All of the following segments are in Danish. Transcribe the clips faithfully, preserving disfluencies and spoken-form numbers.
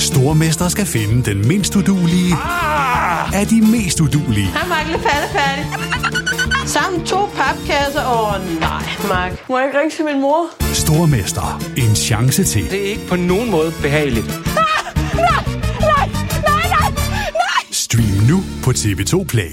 Stormester skal finde den mindst uduelige ah! af de mest uduelige. Hej, Mark. Lidt færdig. Sammen to papkasser. Åh, oh, nej, Mark. Må jeg ikke ringe til min mor? Stormester. En chance til. Det er ikke på nogen måde behageligt. Ah! Nej, nej, nej, nej, nej. Stream nu på T V to Play.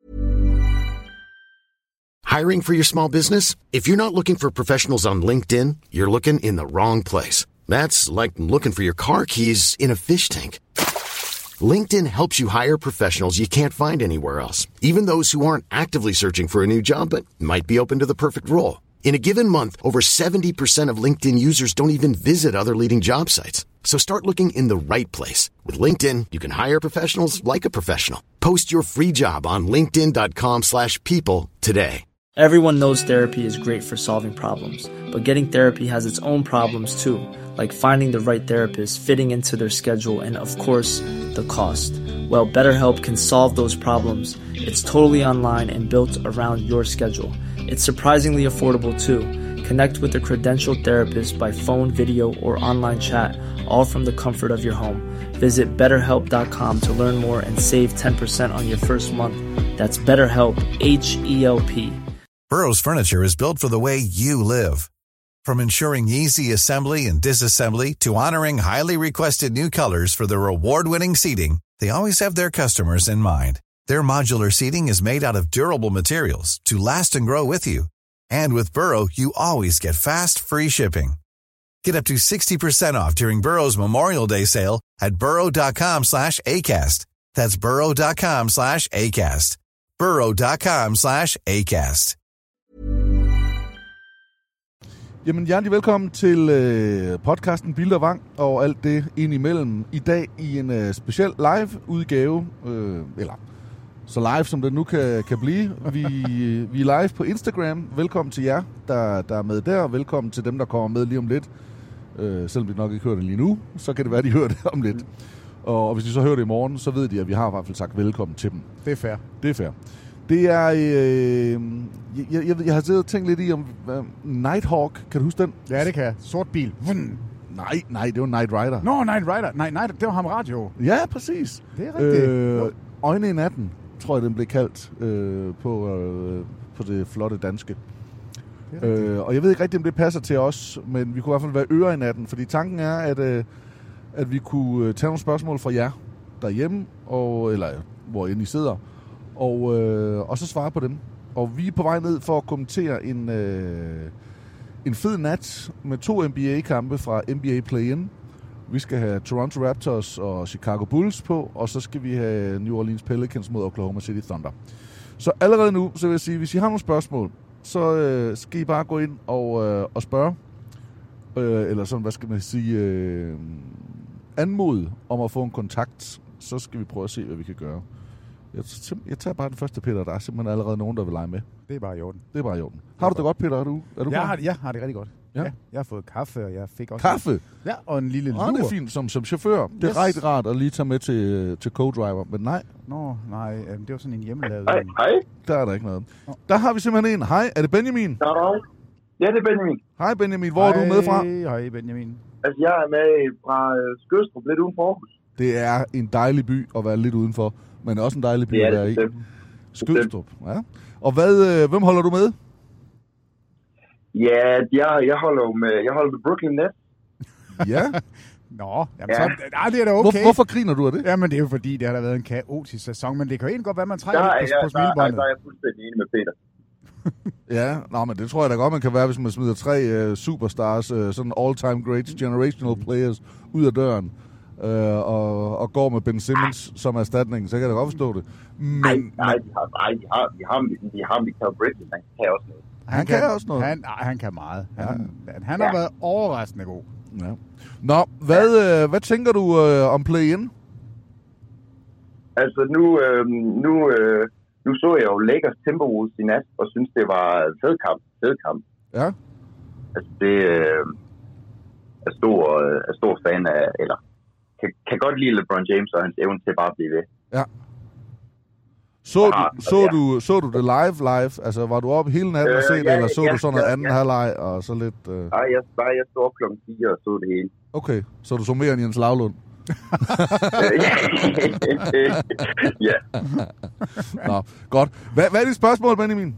Hiring for your small business? If you're not looking for professionals on LinkedIn, you're looking in the wrong place. That's like looking for your car keys in a fish tank. LinkedIn helps you hire professionals you can't find anywhere else, even those who aren't actively searching for a new job but might be open to the perfect role. In a given month, over seventy percent of LinkedIn users don't even visit other leading job sites. So start looking in the right place. With LinkedIn, you can hire professionals like a professional. Post your free job on linkedin.com slash people today. Everyone knows therapy is great for solving problems, but getting therapy has its own problems too, like finding the right therapist, fitting into their schedule, and of course, the cost. Well, BetterHelp can solve those problems. It's totally online and built around your schedule. It's surprisingly affordable too. Connect with a credentialed therapist by phone, video, or online chat, all from the comfort of your home. Visit better help dot com to learn more and save ten percent on your first month. That's BetterHelp, H E L P. Burrow's furniture is built for the way you live. From ensuring easy assembly and disassembly to honoring highly requested new colors for their award-winning seating, they always have their customers in mind. Their modular seating is made out of durable materials to last and grow with you. And with Burrow, you always get fast, free shipping. Get up to sixty percent off during Burrow's Memorial Day sale at burrow.com slash ACAST. That's burrow.com slash ACAST. burrow.com slash ACAST. Jamen, hjertelig velkommen til øh, podcasten Bilder Vang og alt det indimellem. I dag i en øh, speciel live-udgave, øh, eller så live som det nu kan, kan blive. Vi, vi er live på Instagram. Velkommen til jer, der, der er med der. Velkommen til dem, der kommer med lige om lidt. Øh, selvom de nok ikke hører det lige nu, så kan det være, at de hører det om lidt. Og, og hvis de så hører det i morgen, så ved de, at vi har i hvert fald sagt velkommen til dem. Det er fair. Det er fair. Det er, øh, jeg, jeg, jeg har siddet og tænkt lidt i om uh, Nighthawk, kan du huske den? Ja, det kan jeg. Sort bil. Vun. Nej, nej, det var Knight Rider. Nå, no, Knight Rider. Nej, nej, det var ham radio. Ja, præcis. Det er rigtigt. Øh, Øjne i natten, tror jeg, den blev kaldt øh, på, øh, på det flotte danske. Det øh, og jeg ved ikke rigtig, om det passer til os, men vi kunne i hvert fald være ører i natten, fordi tanken er, at, øh, at vi kunne tage nogle spørgsmål fra jer derhjemme, og, eller hvor end I sidder, Og, øh, og så svare på dem. Og vi er på vej ned for at kommentere en, øh, en fed nat med to N B A-kampe fra N B A Play-In. Vi skal have Toronto Raptors og Chicago Bulls på, og så skal vi have New Orleans Pelicans mod Oklahoma City Thunder. Så allerede nu, så vil jeg sige, hvis I har nogle spørgsmål, så øh, skal I bare gå ind og, øh, og spørge. Øh, eller sådan, hvad skal man sige, øh, anmode om at få en kontakt. Så skal vi prøve at se, hvad vi kan gøre. Jeg, jeg tager bare den første, Peter. Der er simpelthen allerede nogen, der vil lege med. Det er bare i orden. Det er bare i orden. Har du det godt, Peter? Er du, er du jeg, har, jeg har det rigtig godt. Ja? Ja, jeg har fået kaffe, og jeg fik også... Kaffe? Ja, og en lille lur. Ah, det er fint som, som chauffør. Det er yes. Rigtig rart at lige tage med til, til co-driver, men nej. Nå, nej, det var sådan en hjemmelavet... Hej, hej. Der er der ikke noget. Oh. Der har vi simpelthen en. Hej, er det Benjamin? Ja, ja, det er Benjamin. Hej Benjamin, hvor hej, er du med fra? Hej Benjamin. Altså, jeg er med fra Skødstrup, lidt uden for Aarhus. Det er en dejlig by at være lidt udenfor, men også en dejlig by ja, at være i. Skødstrup, ja. Og hvad, øh, hvem holder du med? Ja, jeg, jeg holder med, jeg holder med Brooklyn Nets. Ja. Nå, jamen ja. så, nej, det er da okay. Hvor, hvorfor griner du af det? Jamen, det er jo fordi, det har da været en kaotisk sæson, men det kan jo egentlig godt være, man trækker ja, lidt på, ja, på smilebåndet. Der er jeg fuldstændig enig med Peter. Ja, nå, men det tror jeg da godt, man kan være, hvis man smider tre uh, superstars, uh, sådan all-time greats, generational players, ud af døren. Uh, og, og går med Ben Simmons som erstatning, så kan jeg da godt forstå det. Men, nej, nej, de har, nej, de har, de har, de har Michael Bridges, han kan også noget. Han, han kan, kan også noget. Han, nej, han kan meget. Han, ja. han har ja. været overraskende god. Ja. Nå, hvad, ja. øh, hvad tænker du øh, om play-in? Altså, nu, øh, nu, øh, nu så jeg jo Lakers Timberwolves i nat, og synes det var en fed kamp. Fed kamp. Ja. Altså, det øh, er stor, er stor fan af, eller kan, kan godt lide LeBron James og hans evne til bare at blive ved. Ja. Så, du, så, du, så du det live, live? Altså, var du oppe hele natten og øh, set, ja, eller så ja, du sådan noget ja, anden ja. halvleg og så lidt... Øh... Nej, jeg, jeg stod op klokken fire og så det hele. Okay, så du så mere end Jens Lavlund? Ja. Nå, godt. Hvad, hvad er dit spørgsmål, Benjamin?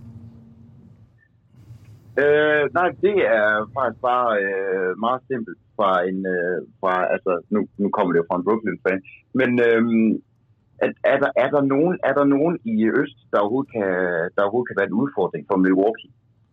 Øh, nej, det er faktisk bare øh, meget simpelt fra en, øh, fra, altså, nu, nu kommer det jo fra en Brooklyn-fan, men øh, er, er, der, er, der nogen, er der nogen i Øst, der overhovedet kan, der overhovedet kan være en udfordring for Milwaukee?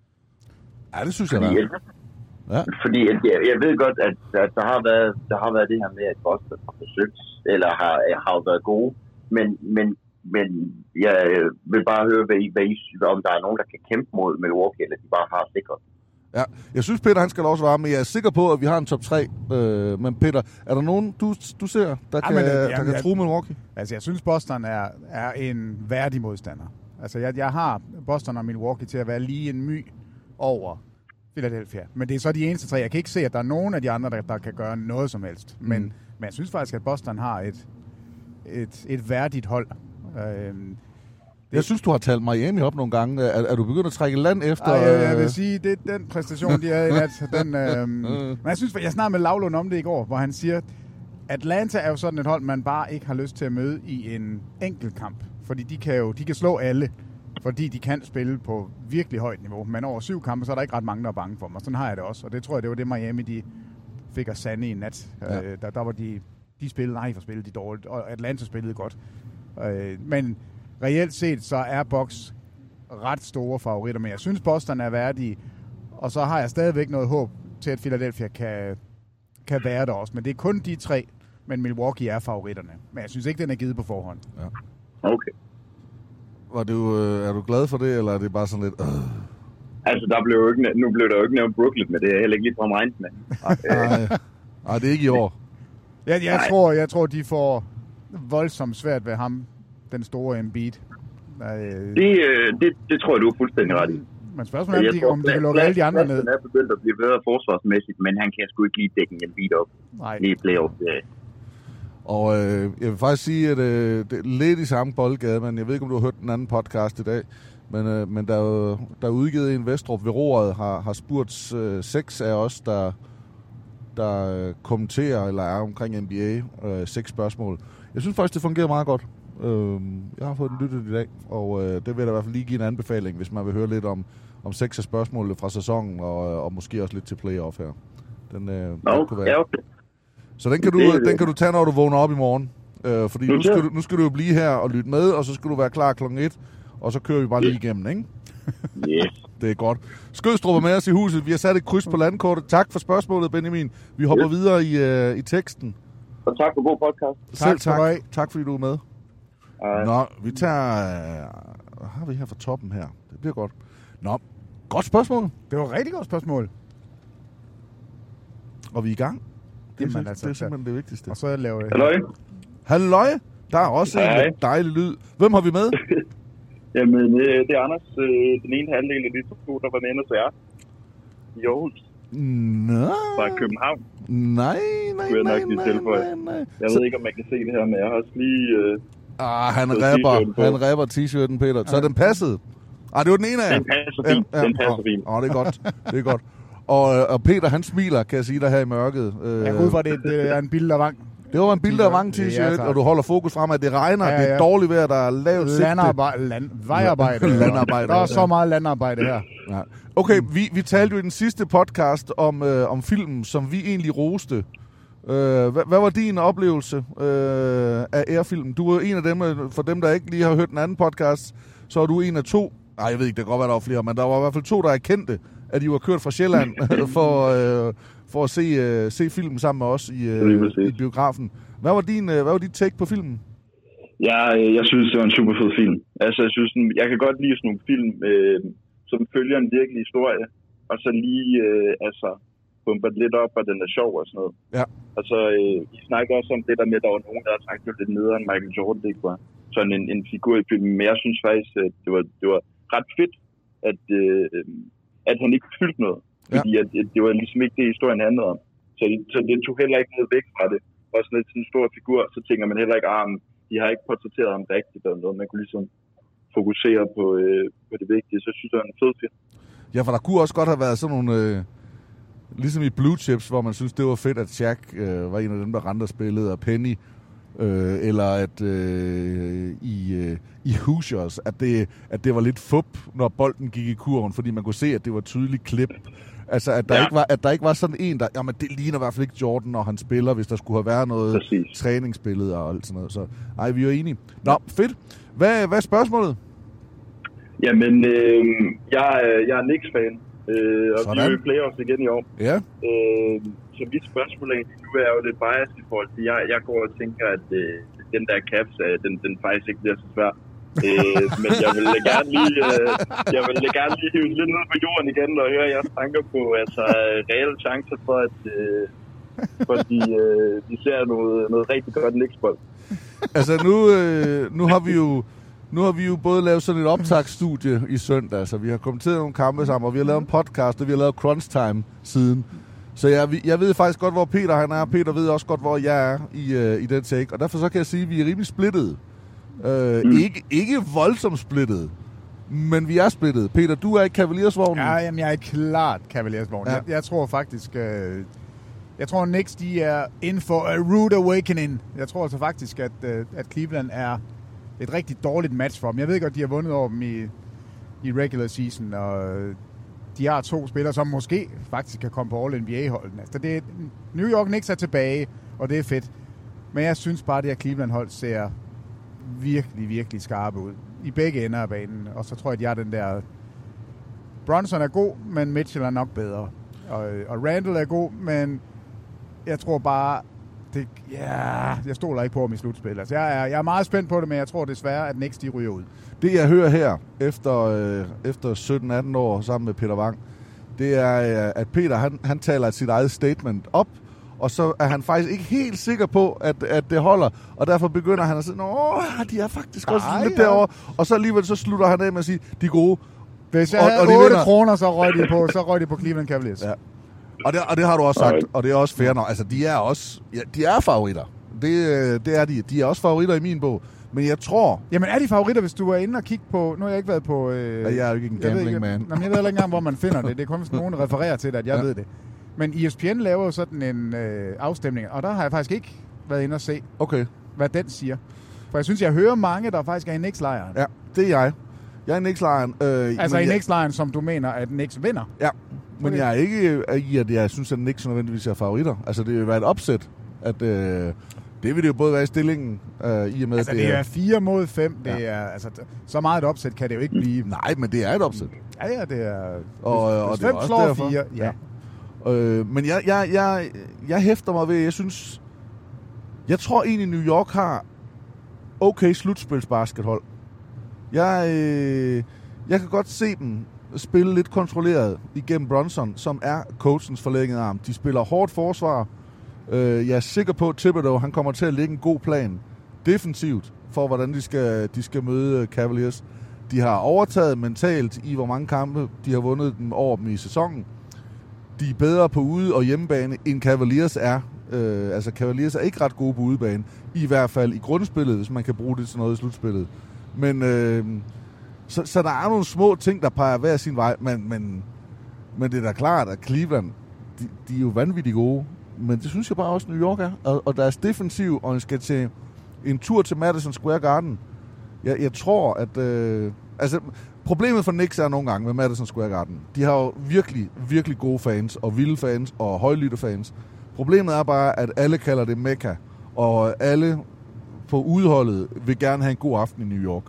Ja, det synes jeg, fordi, der er. Ja. Fordi at jeg, jeg ved godt, at, at der, har været, der har været det her med, at Boston har forsøgt, eller har, har været gode, men, men, men jeg vil bare høre, hvad I, hvad I, om der er nogen, der kan kæmpe mod Milwaukee, eller de bare har sikret. Ja, jeg synes, Peter, han skal også svare, men jeg er sikker på, at vi har en top tre. Øh, men Peter, er der nogen, du, du ser, der kan, ja, det, der jamen, kan true Milwaukee? Altså, jeg synes, Boston er, er en værdig modstander. Altså, jeg, jeg har Boston og Milwaukee til at være lige en my over Philadelphia. Men det er så de eneste tre. Jeg kan ikke se, at der er nogen af de andre, der, der kan gøre noget som helst. Men, mm. men jeg synes faktisk, at Boston har et, et, et værdigt hold. Øhm, det... Jeg synes, du har talt Miami op nogle gange. Er, er du begyndt at trække land efter? Ej, jeg, jeg vil sige, det er den præstation, de havde i nat. Den, øhm... men jeg synes, jeg snakkede med Lavlund om det i går, hvor han siger, Atlanta er jo sådan et hold, man bare ikke har lyst til at møde i en enkelt kamp. Fordi de kan jo de kan slå alle. Fordi de kan spille på virkelig højt niveau. Men over syv kampe, så er der ikke ret mange, der er bange for dem. Og sådan har jeg det også. Og det tror jeg, det var det Miami, de fik at sande i nat. Ja. Øh, der, der var de, de spillede, nej, for spillede de dårligt. Og Atlanta spillede godt. Øh, men reelt set, så er Bucks ret store favoritter. Men jeg synes, Boston er værdige. Og så har jeg stadigvæk noget håb til, at Philadelphia kan, kan være der også. Men det er kun de tre. Men Milwaukee er favoritterne. Men jeg synes ikke, den er givet på forhånd. Ja. Okay. Var du, øh, er du glad for det, eller er det bare sådan lidt... Øh... Altså, der blev jo ikke, nu blev der jo ikke nævnt Brooklyn, men det er heller ikke lige fra mig. Nej, nej, det er ikke i år. Jeg, jeg, tror, jeg tror, de får voldsomt svært ved ham, den store Embiid. Det, det, det tror jeg, du er fuldstændig ret i. Men spørgsmålet er, om de kan lukke alle de andre ned. Han er begyndt at blive bedre forsvarsmæssigt, men han kan sgu ikke lige dække en Embiid op. Nej. Lige playoff. Og øh, jeg vil faktisk sige, at øh, det er lidt i samme boldgade, men jeg ved ikke, om du har hørt den anden podcast i dag, men, øh, men der er jo der er udgivet en Vestrup ved roret, har, har spurgt øh, seks af os, der, der øh, kommenterer eller er omkring N B A, øh, seks spørgsmål. Jeg synes faktisk, det fungerer meget godt. Øh, jeg har fået den lyttet i dag, og øh, det vil jeg da i hvert fald lige give en anbefaling, hvis man vil høre lidt om, om seks af spørgsmålene fra sæsonen, og, og måske også lidt til playoff her. Den, øh, okay, kunne være. Ja, okay. Så den kan, du, den kan du tage, når du vågner op i morgen. Øh, fordi nu skal, du, nu skal du jo blive her og lytte med, og så skal du være klar klokken et, og så kører vi bare lige igennem, ikke? Yes. Det er godt. Skødstrup er med os i huset. Vi har sat et kryds på landkortet. Tak for spørgsmålet, Benjamin. Vi hopper yes. videre i, uh, i teksten. Og tak for god podcast. Selv tak. Tak, tak fordi du er med. Ej. Nå, vi tager... Uh, hvad har vi her fra toppen her? Det bliver godt. Nå, godt spørgsmål. Det var et rigtig godt spørgsmål. Og vi er i gang. Det er, Jamen, altså, det er simpelthen det vigtigste. Og så laver jeg... Halløj. Halløj. Der er også Hej. En dejlig lyd. Hvem har vi med? Jamen, det er Anders. Den ene halvdel af de to, der var med hos jer. I Aarhus. Nå. Fra København. Nej, nej, nej, nej, nej, nej. Jeg ved ikke, om man kan se det her, men jeg har også lige... Øh, ah, han rapper, han rapper t-shirten, Peter. Så den passede. Ah, det var den ene af Den passer fint. Ja, ja. Den passer fint. Åh, oh, det er godt. Det er godt. Og, og Peter, han smiler, kan jeg sige dig her i mørket. Jeg går ud fra, det, det er en billede af Vang. Det var en billede af Vang t-shirt, ja, og du holder fokus frem, at det regner, ja, ja. Det er dårligt vejr, der er lavt sigte. Landarbejde, land, vejarbejde. landarbejde. Der er så meget landarbejde her. Ja. Okay, vi, vi talte jo i den sidste podcast om, øh, om filmen, som vi egentlig roste. Øh, hvad, hvad var din oplevelse øh, af Air-filmen? Du var en af dem, for dem, der ikke lige har hørt den anden podcast, så er du en af to. Nej, jeg ved ikke, det kan godt være, der var flere, men der var i hvert fald to, der erkendte, at de var kørt fra Sjælland for, øh, for at se, øh, se filmen sammen med os i, øh, i biografen. Hvad var, din, øh, hvad var dit take på filmen? Ja, jeg synes, det var en super fed film. Altså, jeg synes, jeg kan godt lide sådan nogle film, øh, som følger en virkelig historie, og så lige, øh, altså, pumper lidt op, og den er sjov og sådan noget. Ja. Altså, øh, vi snakker også om det der med, at der var nogen, der har sagt, det lidt nedere end Michael Jordan, det ikke var sådan en, en figur i filmen. Men jeg synes faktisk, at det var, det var ret fedt, at, øh, at han ikke fyldte noget. Fordi ja. at, at det var ligesom ikke det, historien handlede om. Så det, så det tog heller ikke noget væk fra det. Og sådan lidt sådan en stor figur, så tænker man heller ikke, at ah, de har ikke portrætteret ham rigtigt eller noget. Man kunne ligesom fokusere på, øh, på det vigtige. Så jeg synes, det var en fed film. Ja, for der kunne også godt have været sådan nogle... Øh ligesom i Blue Chips, hvor man synes, det var fedt, at Shaq øh, var en af dem, der rendte spillede, og Penny, øh, eller at øh, i, øh, i Hoosiers, at det, at det var lidt fup, når bolden gik i kurven, fordi man kunne se, at det var tydeligt klip. Altså, at der, ja. ikke var, at der ikke var sådan en, der... Jamen, det ligner i hvert fald ikke Jordan, når han spiller, hvis der skulle have været noget Præcis. træningsbillede og alt sådan noget. Så ej, vi er enige. Nå, fedt. Hvad, hvad er spørgsmålet? Jamen, øh, jeg, jeg er Knicks-fan, øh, og sådan. Vi er jo i playoffs igen i år. Ja. Øh, så mit spørgsmål egentlig nu er jo lidt biased i forhold til, jeg, jeg går og tænker, at øh, den der Cavs, øh, den, den faktisk ikke bliver så svær. øh, men jeg vil gerne lige, øh, jeg vil gerne lige hive lidt ned på jorden igen og høre jeres tanker på altså reelle chancer for, at øh, for de, øh, de ser noget, noget rigtig godt Knicks-bold. Altså nu, øh, nu har vi jo Nu har vi jo både lavet sådan et optagsstudie i søndag, så vi har kommenteret nogle kampe sammen, og vi har lavet en podcast, og vi har lavet Crunch Time siden. Så jeg, jeg ved faktisk godt, hvor Peter han er. Peter ved også godt, hvor jeg er i, uh, i den take. Og derfor så kan jeg sige, at vi er rimelig splittet. Uh, mm. ikke, ikke voldsomt splittet, men vi er splittet. Peter, du er i Cavaliers-vognen. Ja, jamen, jeg er klart Cavaliers-vognen. Ja. Jeg, jeg tror faktisk... Øh, jeg tror, Knicks de er in for a rude awakening. Jeg tror altså faktisk, at, øh, at Cleveland er et rigtig dårligt match for dem. Jeg ved godt, de har vundet over dem i, i regular season, og de har to spillere, som måske faktisk kan komme på All-N B A-holdene. Altså, det er, New York Knicks er tilbage, og det er fedt. Men jeg synes bare, at det her Cleveland-hold ser virkelig, virkelig skarpe ud. I begge ender af banen. Og så tror jeg, at jeg er den der... Bronson er god, men Mitchell er nok bedre. Og, og Randall er god, men jeg tror bare... Det, ja, jeg stoler ikke på ham i slutspil. Altså, jeg, er, jeg er meget spændt på det, men jeg tror desværre, at Knicks de ryger ud. Det, jeg hører her, efter, øh, efter sytten atten år sammen med Peter Wang, det er, øh, at Peter han, han taler sit eget statement op, og så er han faktisk ikke helt sikker på, at, at det holder, og derfor begynder han at sige, åh, de er faktisk også Ej, lidt ja. derovre, og så alligevel så slutter han af med at sige, de er gode. Hvis jeg og, havde og otte kroner, så røg de på, så røg de på Cleveland Cavaliers. Ja. Og det, og det har du også sagt, og det er også fair nok. Altså, de er også, ja, de er favoritter. Det, det er de. De er også favoritter i min bog. Men jeg tror... Jamen, er de favoritter, hvis du er inde og kigge på... Nu har jeg ikke været på... Øh, ja, jeg er jo ikke en gambling man. Jeg, jeg ved ikke engang, hvor man finder det. Det er kun, hvis nogen refererer til det, at jeg ja. ved det. Men E S P N laver jo sådan en øh, afstemning, og der har jeg faktisk ikke været inde og se, okay. hvad den siger. For jeg synes, jeg hører mange, der faktisk er i Knicks-lejren. Ja, det er jeg. Jeg er i Knicks-lejren. Øh, altså i Knicks-lejren, som du mener, at Knicks vinder? Ja. Men jeg er ikke i, at jeg synes, at Knicks nødvendigvis er favoritter. Altså, det vil være et opsæt, at øh, det vil det jo både være i stillingen, øh, i og med, altså, det, det er fire mod fem. Det ja. er, altså, så meget et opsæt kan det jo ikke blive. Nej, men det er et opsæt. Ja, ja, det er... Og, hvis, og hvis det er fem også slår derfor. fire, ja. ja. Øh, men jeg, jeg, jeg, jeg hæfter mig ved, jeg synes... Jeg tror egentlig, New York har okay slutspilsbaskethold. Jeg, øh, jeg kan godt se dem spille lidt kontrolleret igennem Bronson, som er coachens forlængede arm. De spiller hårdt forsvar. Øh, jeg er sikker på, at Thibodeau han kommer til at lægge en god plan defensivt for, hvordan de skal, de skal møde Cavaliers. De har overtaget mentalt i, hvor mange kampe de har vundet dem over dem i sæsonen. De er bedre på ude- og hjemmebane, end Cavaliers er. Øh, altså, Cavaliers er ikke ret gode på udebane. I hvert fald i grundspillet, hvis man kan bruge det til noget i slutspillet. Men... Øh, Så, så der er nogle små ting, der peger hver sin vej, men, men, men det er da klart, at Cleveland, de, de er jo vanvittigt gode, men det synes jeg bare også, New York er. Og, og deres defensiv, og en skal til en tur til Madison Square Garden. Jeg, jeg tror, at... Øh, altså, problemet for Knicks er nogle gange med Madison Square Garden. De har jo virkelig, virkelig gode fans, og vilde fans, og højlytte fans. Problemet er bare, at alle kalder det Mecca, og alle på udholdet vil gerne have en god aften i New York.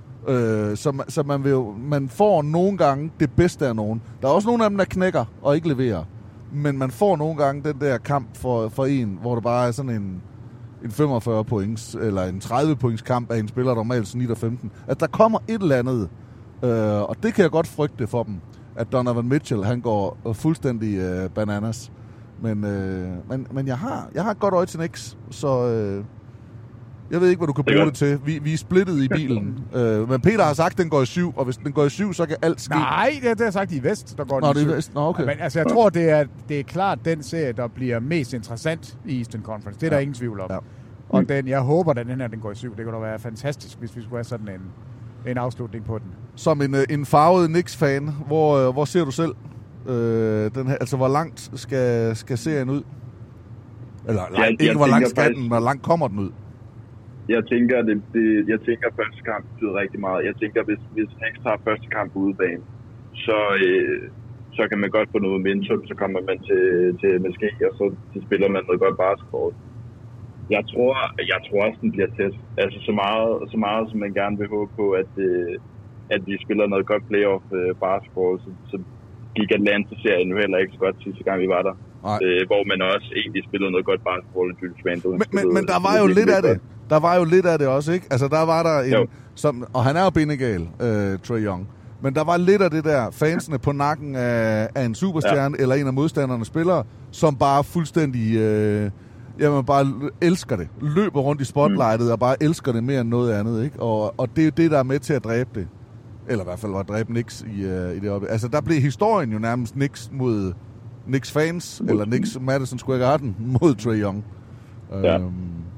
Øh, så så man, vil jo, man får nogle gange det bedste af nogen. Der er også nogle af dem, der knækker og ikke leverer. Men man får nogle gange den der kamp for, for en, hvor det bare er sådan en, en femogfyrre points, eller en tredive points kamp af en spiller, der normalt snitter femten. At der kommer et eller andet, øh, og det kan jeg godt frygte for dem, at Donovan Mitchell, han går fuldstændig øh, bananas. Men, øh, men, men jeg har jeg har et godt øje til Knicks, så... Øh, Jeg ved ikke, hvad du kan bruge det, det til. Vi, vi er splittet i bilen. øh, men Peter har sagt, at den går i syv, og hvis den går i syv, så kan alt ske. Nej, det, det har jeg sagt i vest, der går Nå, den i syv. Det er vest. Nå, okay. Men altså, jeg tror, det er, det er klart den serie, der bliver mest interessant i Eastern Conference. Det er ja. der ingen tvivl om. Ja. Og den, jeg håber, at den her den går i syv. Det kunne da være fantastisk, hvis vi skulle have sådan en, en afslutning på den. Som en, en farvet Knicks-fan, hvor, hvor ser du selv Øh, den her, altså, hvor langt skal, skal serien ud? Eller Ja, ikke, jeg hvor langt tænker skal faktisk- den, hvor langt kommer den ud? Jeg tænker, det, det, jeg tænker, at første kamp betyder rigtig meget. Jeg tænker, hvis, hvis Hanks tager første kamp på udebane, så, øh, så kan man godt få noget momentum, så kommer man til, til M S G, og så, så spiller man noget godt basketball. Jeg tror, jeg tror også, den bliver tæt. Altså så meget, så meget som man gerne vil håbe på, at, øh, at vi spiller noget godt playoff øh, basketball, så, så gik Atlanta-serien jo heller ikke så godt sidste gang, vi var der. Øh, hvor man også egentlig spillede noget godt basketball i Julius Randle. Men, men, men der var jo lidt af det. Der var jo lidt af det også, ikke? Altså, der var der en... Som, og han er jo benegal, øh, Trae Young. Men der var lidt af det der, fansene på nakken af, af en superstjerne, ja. eller en af modstandernes spillere, som bare fuldstændig... Øh, jamen, bare elsker det. Løber rundt i spotlightet mm. og bare elsker det mere end noget andet, ikke? Og, og det er jo det, der er med til at dræbe det. Eller i hvert fald var dræbe Knicks i, øh, i det oppe. Altså, der blev historien jo nærmest Knicks mod... Knicks fans, eller Knicks Madison Square Garden mod Trae Young. Ja. Øhm,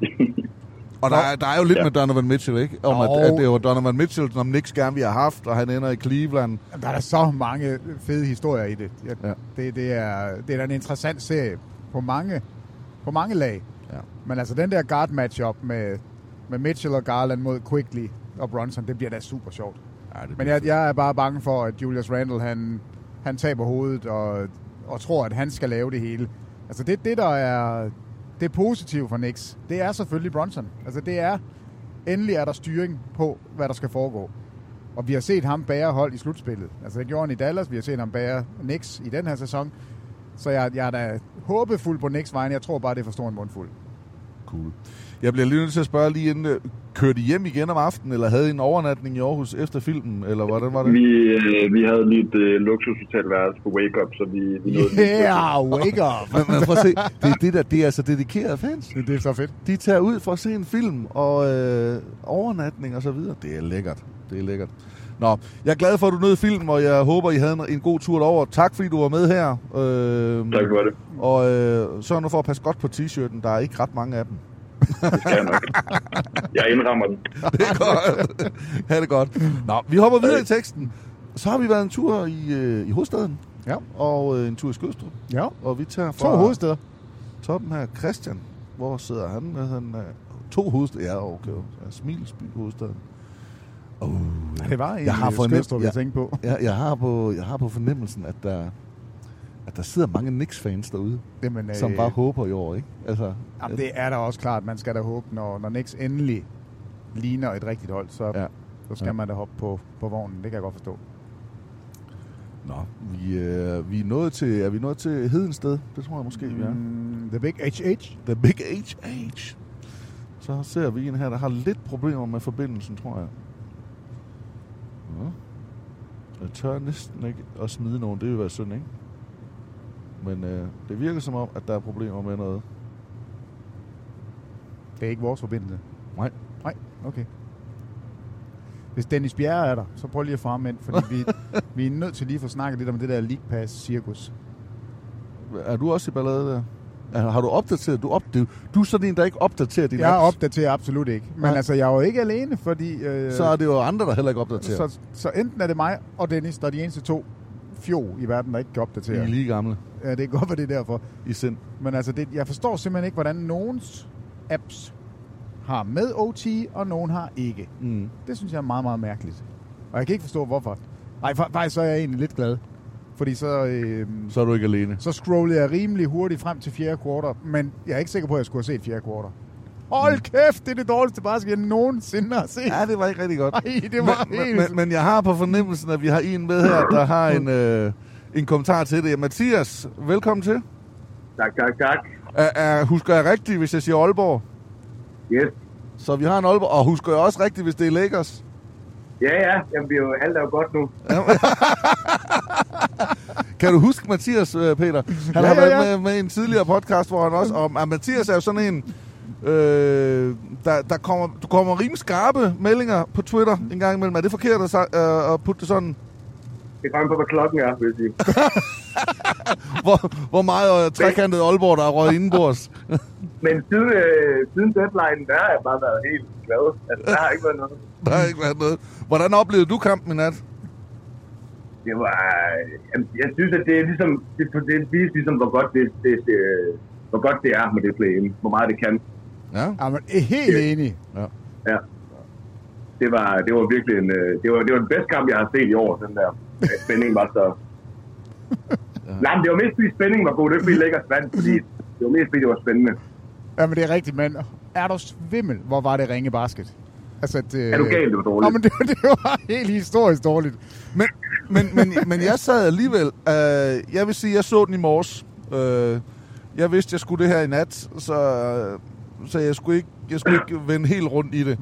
og der, der er jo lidt ja. med Donovan Mitchell, ikke? Om at, at det var Donovan Mitchell, som Knicks gerne vil have haft, og han ender i Cleveland. Der er der så mange fede historier i det. Ja. Det, det, er, det er da en interessant serie på mange, på mange lag. Ja. Men altså den der guard matchup med, med Mitchell og Garland mod Quickly og Brunson, det bliver da super sjovt. Ja, Men jeg, jeg er bare bange for, at Julius Randle, han, han taber hovedet og og tror, at han skal lave det hele. Altså det, det der er det positive for Knicks, det er selvfølgelig Brunson. Altså det er, endelig er der styring på, hvad der skal foregå. Og vi har set ham bære hold i slutspillet. Altså det gjorde han i Dallas, vi har set ham bære Knicks i den her sæson. Så jeg, jeg er da håbefuld på Knicks vejen. Jeg tror bare, det er for stor en mundfuld. Cool. Jeg bliver lige nødt til at spørge lige inden, kørte I hjem igen om aftenen, eller havde I en overnatning i Aarhus efter filmen, eller hvordan var det? Vi, øh, vi havde lige et øh, luksushotelværelse på Wake Up, så vi, vi nåede... Yeah, Wake Up! men, men prøv at se, det er, det der, det er altså dedikerede fans. Det, det er så fedt. De tager ud for at se en film, og øh, overnatning og så videre. Det er lækkert. Det er lækkert. Nå, jeg er glad for, at du nåede filmen, og jeg håber, I havde en, en god tur derover. Tak, fordi du var med her. Øh, tak for det. Og øh, sørg nu for at passe godt på t-shirten. Der er ikke ret mange af dem. Det skal jeg nok. Jeg indrammer den. Det er godt. Ha' det godt. Nå, vi hopper videre i teksten. Så har vi været en tur i, øh, i hovedstaden. Ja. Og øh, en tur i Skødstrup. Ja. Og vi tager fra... To hovedsteder. Toppen her, Christian. Hvor sidder han? Med han øh, to hovedsteder. Ja, okay. Ja, Smilsby hovedstaden. Oh, ja. Det var en jeg har Skødstrup, jeg, jeg tænkte på. Jeg, jeg, har på. Jeg har på fornemmelsen, at der... at der sidder mange Knicks-fans derude, Jamen, øh, som bare håber i år, ikke? Altså, jamen, det er da også klart. Man skal da håbe, når, når Knicks endelig ligner et rigtigt hold, så, ja. så skal ja. man da hoppe på, på vognen. Det kan jeg godt forstå. Nå, vi, øh, vi er nået til, er vi nået til Hedensted? Det tror jeg måske, vi er. Mm, the Big H H. The Big H H. Så ser vi en her, der har lidt problemer med forbindelsen, tror jeg. Ja. Jeg tør næsten ikke at smide nogen. Det vil være synd, ikke? Men øh, det virker som om, at der er problemer med noget. Det er ikke vores forbindelse? Nej. Nej, okay. Hvis Dennis Bjerre er der, så prøv lige at få ham ind, fordi vi, vi er nødt til lige at få snakket lidt om det der League Pass-cirkus. Er du også i ballade der? Har du opdateret? Du, op, du, du er sådan en, der ikke opdaterer dine Jeg apps. opdaterer absolut ikke. Men Nej. altså, jeg er jo ikke alene, fordi... Øh, så er det jo andre, der heller ikke opdaterer. Så, så enten er det mig og Dennis, der er de eneste to fjol i verden, der ikke kan opdatere. De er lige gamle. Ja, det er godt, hvad det er derfor. I sind. Men altså, det, jeg forstår simpelthen ikke, hvordan nogens apps har med O T, og nogen har ikke. Mm. Det synes jeg er meget, meget mærkeligt. Og jeg kan ikke forstå, hvorfor. Nej, faktisk så er jeg egentlig lidt glad. Fordi så... Øh, så er du ikke alene. Så scrollede jeg rimelig hurtigt frem til fjerde kvartal, men jeg er ikke sikker på, at jeg skulle have set fjerde kvartal. Hold kæft, det er det dårligste basket, jeg nogensinde har set. Ja, det var ikke rigtig godt. Nej, det var men, helt... Men, men jeg har på fornemmelsen, at vi har en med her, der har en, øh, en kommentar til det. Mathias, velkommen til. Tak, tak, tak. Er, er, husker jeg rigtigt, hvis jeg siger Aalborg? Yes. Så vi har en Aalborg, og husker jeg også rigtigt, hvis det er Lakers? Ja, ja. Jamen, vi er jo alt er jo godt nu. Kan du huske Mathias, Peter? Han ja, har ja, været ja. med, med i en tidligere podcast, hvor han også... Og, og Mathias er jo sådan en... Øh, der, der kommer, du kommer rimelig skarpe meldinger på Twitter en gang imellem. Er det forkert at, øh, at putte det sådan? Det kommer på, hvad klokken er, vil jeg sige. hvor, hvor meget øh, trekantet Aalborg, der er røget indenbords. Men siden, øh, siden deadline, der har jeg bare været helt glad. Altså, der har ikke været noget. Der har ikke været noget. Hvordan oplevede du kampen i nat? det var... Jeg, jeg synes, at det er ligesom... Det, det viser ligesom, hvor godt det, det, det, hvor godt det er med det play-in. Hvor meget det kan. Ja. Jamen, jeg er helt enig. Ja. Ja. Det var, det var virkelig en... Det var, det var den bedste kamp, jeg har set i år, den der. Spændingen var så... ja. Nej, men det var mest fordi spændingen var god. Det var fordi Lakers vandt, fordi det var mest fordi det var spændende. Jamen, det er rigtigt, men er du svimmel, hvor var det ringe basket? Altså, det, er du galt, det var dårligt? Nå, men det, det var helt historisk dårligt. Men, men, men, men jeg sad alligevel... Øh, jeg vil sige, jeg så den i morges. Øh, jeg vidste, jeg skulle det her i nat, så, så jeg, skulle ikke, jeg skulle ikke vende helt rundt i det.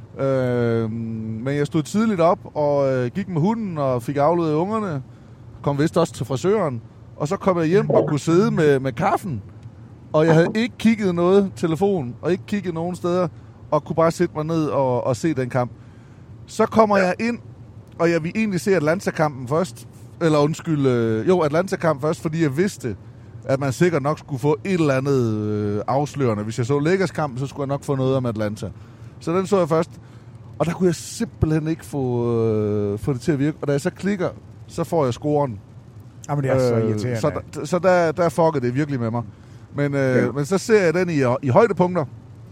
Øh, men jeg stod tidligt op og øh, gik med hunden og fik afleveret ungerne. Kom vist også til frisøren. Og så kom jeg hjem og kunne sidde med, med kaffen. Og jeg havde ikke kigget noget telefon, og ikke kigget nogen steder, og kunne bare sætte mig ned og, og se den kamp. Så kommer jeg ind, og jeg vil egentlig se Atlanta-kampen først. Eller undskyld, øh, jo, Atlanta-kampen først, fordi jeg vidste, at man sikkert nok skulle få et eller andet øh, afslørende. Hvis jeg så Lakers-kampen, så skulle jeg nok få noget om Atlanta. Så den så jeg først. Og der kunne jeg simpelthen ikke få, øh, få det til at virke. Og da jeg så klikker, så får jeg scoren. Jamen, det er øh, så irriterende. Så, der, så der, der fuckede det virkelig med mig. Men, øh, ja. men så ser jeg den i, i højdepunkter.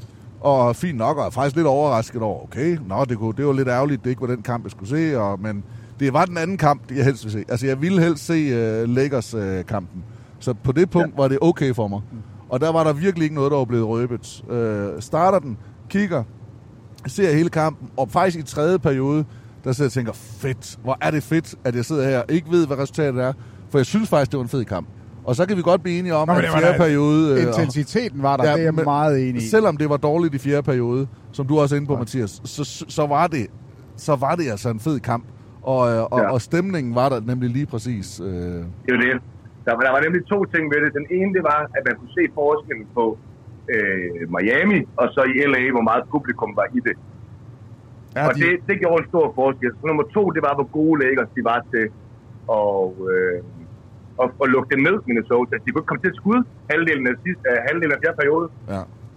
Og fint nok, og er faktisk lidt overrasket over, okay, nå, det, kunne, det var lidt ærgerligt, det ikke var den kamp, jeg skulle se. Og, men det var den anden kamp, jeg helst ville se. Altså, jeg ville helst se uh, Lakers-kampen. Uh, så på det punkt ja. var det okay for mig. Og der var der virkelig ikke noget, der var blevet røbet. Uh, starter den, kigger, ser hele kampen, og faktisk i tredje periode, der sidder jeg og tænker, fedt, hvor er det fedt, at jeg sidder her og ikke ved, hvad resultatet er. For jeg synes faktisk, det var en fed kamp. Og så kan vi godt blive enige om, Nå, at fjerde periode... Øh, intensiteten var der, ja, det er jeg meget enig i. Selvom det var dårligt i fjerde periode, som du også er inde på, ja. Mathias, så, så, var det, så var det altså en fed kamp. Og, og, ja. og stemningen var der nemlig lige præcis. Øh... Det var det. Der var, der var nemlig to ting ved det. Den ene, det var, at man kunne se forskellen på øh, Miami, og så i L A, hvor meget publikum var i det. Ja, og de... det, det gjorde en stor forskel. Så nummer to, det var, hvor gode Lakers de var til og, øh, og, og lukke det ned, Minnesota. De kunne komme til at skudde halvdelen af, sidste, uh, halvdelen af fjerde periode. Ja,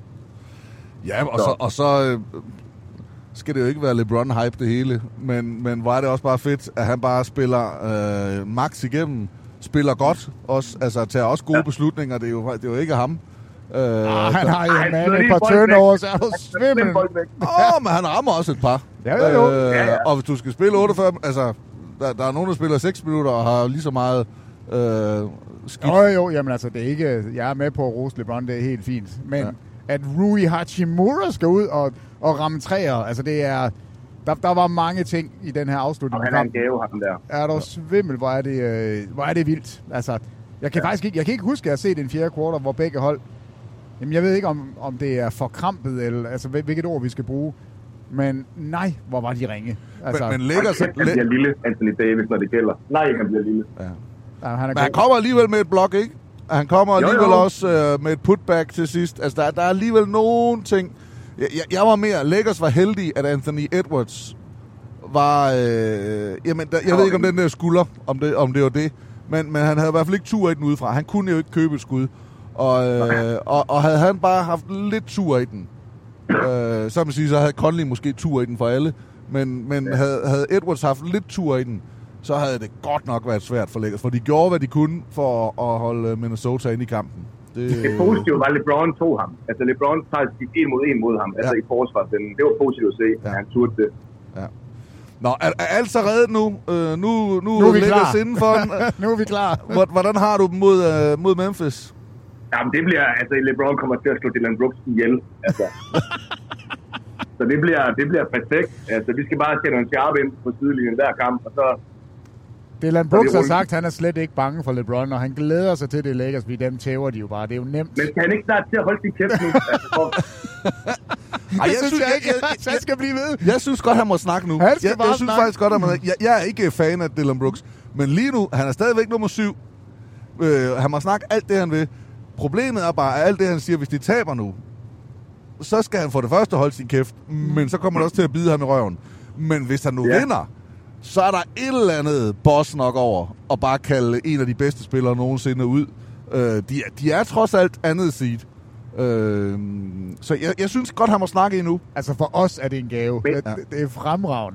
ja og så, så, og så øh, skal det jo ikke være LeBron-hype det hele, men, men var det også bare fedt, at han bare spiller øh, max igennem, spiller godt, også, altså tager også gode ja. beslutninger. Det er jo, det er jo ikke ham. Øh, ah, han har jo med et par turnovers, er du svimmel. Åh, men han rammer også et par. Ja, jo, jo. Øh, ja, ja. Og hvis du skal spille otteogfyrre, altså, der, der er nogen, der spiller seks minutter og har lige så meget øh, skidt. Jo, jo, jamen altså, det er ikke, jeg er med på at rose LeBron, det er helt fint. Men ja. at Rui Hachimura skal ud og, og ramme træer, altså det er, der, der var mange ting i den her afslutning. Og han er en gave, ham der. Er du svimmel, hvor er det, øh, hvor er det vildt. Altså, jeg kan ja. faktisk ikke, jeg kan ikke huske, at jeg har set en fjerde kvartal, hvor begge hold. Jamen, jeg ved ikke, om, om det er forkrampet, eller altså, hvilket ord vi skal bruge. Men nej, hvor var de ringe. Altså, men men Lakers... Han bliver lille, Anthony Davis, når det gælder. Nej, han bliver lille. Ja. Ja, han men han kommer alligevel med et blok, ikke? Han kommer alligevel jo, jo. også uh, med et putback til sidst. Altså, der, der er alligevel nogen ting... Jeg, jeg, jeg var mere... Lakers var heldig, at Anthony Edwards var... Øh, jamen, der, jeg ved ikke, om den der skulder, om det, om det var det. Men, men han havde i hvert fald ikke tur i den udefra. Han kunne jo ikke købe et skud. Og, øh, og, og havde han bare haft lidt tur i den, øh, så, man sige, så havde Conley måske tur i den for alle, men, men ja. havde, havde Edwards haft lidt tur i den, så havde det godt nok været svært for Lakers, for de gjorde, hvad de kunne for at, at holde Minnesota inde i kampen. Det, det positive var, at LeBron tog ham. Altså LeBron faktisk gik en mod en mod ham, ja. altså i forsvaret. Det var positivt at se, ja. at han turde det. Ja. Nå, er, er alt så reddet nu? Uh, nu nu, nu er vi klar. Indenfor. Nu er vi klar. Hvordan har du dem mod, uh, mod Memphis? Jamen, det bliver, altså, LeBron kommer til at slå Dylan Brooks ihjel, altså. Så det bliver, det bliver perfekt. Altså, vi skal bare sætte en sharp ind på sidelinjen hver kamp, og så... Dylan Brooks har sagt, at han er slet ikke bange for LeBron, og han glæder sig til det Lakers, fordi dem tæver de jo bare. Det er jo nemt. Men kan han ikke snart til at holde sin kæft nu? Altså, for... Ej, jeg, jeg synes jeg ikke, jeg, han skal blive ved. Jeg synes godt, han må snakke nu. Han skal jeg, bare jeg synes snakke. faktisk godt, han må jeg, jeg er ikke fan af Dylan Brooks, men lige nu, han er stadigvæk nummer syv. Øh, han må snakke alt det, han vil. Problemet er bare, at alt det, han siger, hvis de taber nu, så skal han for det første holde sin kæft, men så kommer det også til at bide ham i røven. Men hvis han nu ja. vinder, så er der et eller andet boss nok over at bare kalde en af de bedste spillere nogensinde ud. Øh, de, de er trods alt andet seed. Øh, så jeg, jeg synes godt, han må snakke endnu. Altså for os er det en gave. Det, det, det er fremragende.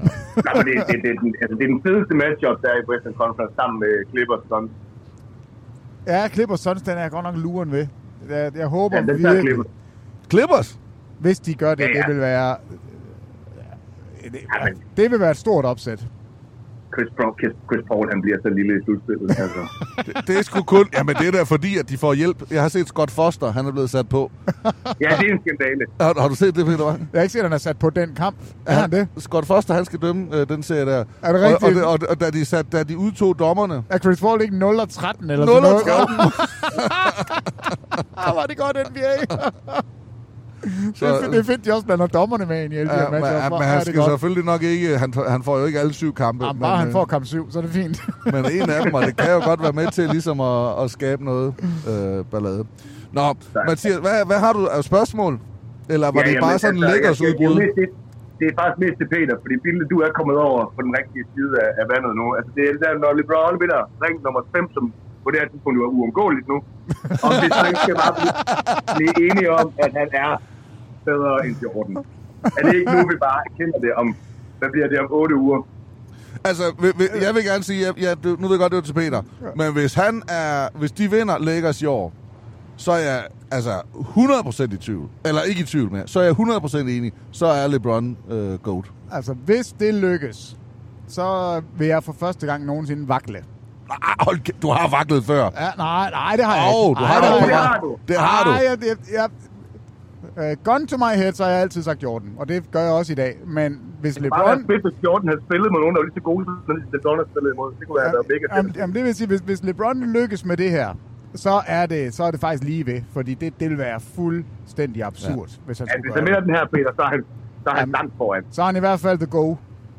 Nej, men det, det, det, det, altså, det er den fedeste matchup, der er i Western Conference, sammen med Clippers Suns. Ja, Clippers Suns, den er godt nok luren ved. Jeg, jeg håber ja, virkelig... Clippers. Clippers? Hvis de gør det, ja, ja. det vil være... Det, ja, men, det vil være et stort opsæt. Chris Paul, Chris Paul, han bliver så lille i slutspillet. Altså. det, det er sgu kun... Jamen, det er der fordi, at de får hjælp. Jeg har set Scott Foster, han er blevet sat på. ja, det er en skandale. Har, har du set det, Peter Wang? Jeg har ikke set, at han er sat på den kamp. Er han det? Scott Foster, han skal dømme øh, den serie der. Er det rigtigt? Og, og, det, og, og da, de sat, da de udtog dommerne... Er Chris Paul ikke nul og tretten eller nul sådan noget? nul og tretten Ah, var det godt, N B A. Så, det, er, det er fedt, de også blander dommerne med ind i L B A. Ja, men, men han skal selvfølgelig nok ikke... Han, han får jo ikke alle syv kampe. Jamen, bare men, han får kamp syv, så er det fint. Men en af dem, og det kan jo godt være med til ligesom at, at skabe noget øh, ballade. Nå, Mathias, hvad, hvad har du af spørgsmål? Eller var ja, det bare sådan en altså, lækkers udbrud? Det, det er faktisk mest til Peter, fordi Bille, du er kommet over på den rigtige side af, af vandet nu. Altså, det er det der, når LeBron vinder ring nummer fem, som på det her tidspunkt jo er uundgåeligt nu. Om det så ikke skal bare blive enige om, at han er bedre end Jordan. Er det ikke nu, vi bare kender det om, hvad bliver det om otte uger? Altså, jeg vil gerne sige, ja, nu ved jeg godt, det er til Peter, men hvis han er, hvis de vinder Lakers i år, så er jeg altså hundrede procent i tvivl. Eller ikke i tvivl mere. Så er jeg hundrede procent enig. Så er LeBron øh, GOAT. Altså, hvis det lykkes, så vil jeg for første gang nogensinde vakle. Hold, du har vaklet før. Ja, nej, nej, det har jeg oh, ikke. Du har nej, det, det har du. Det har nej, du. Jeg, jeg, jeg, uh, gun to my head, så har jeg altid sagt Jordan. Og det gør jeg også i dag. Men hvis det LeBron... bare være fedt, hvis Jordan havde spillet med nogen, der var lige så gode, som LeBron har spillet imod. Det kunne være, ja, være mega jamen, jamen, det vil sige, hvis, hvis LeBron lykkes med det her, så er det, så er det faktisk lige ved. Fordi det, det vil være fuldstændig absurd, ja. hvis han ja, skulle hvis han vinder den her, Peter, så er han, så er han langt foran. Så er han i hvert fald the go.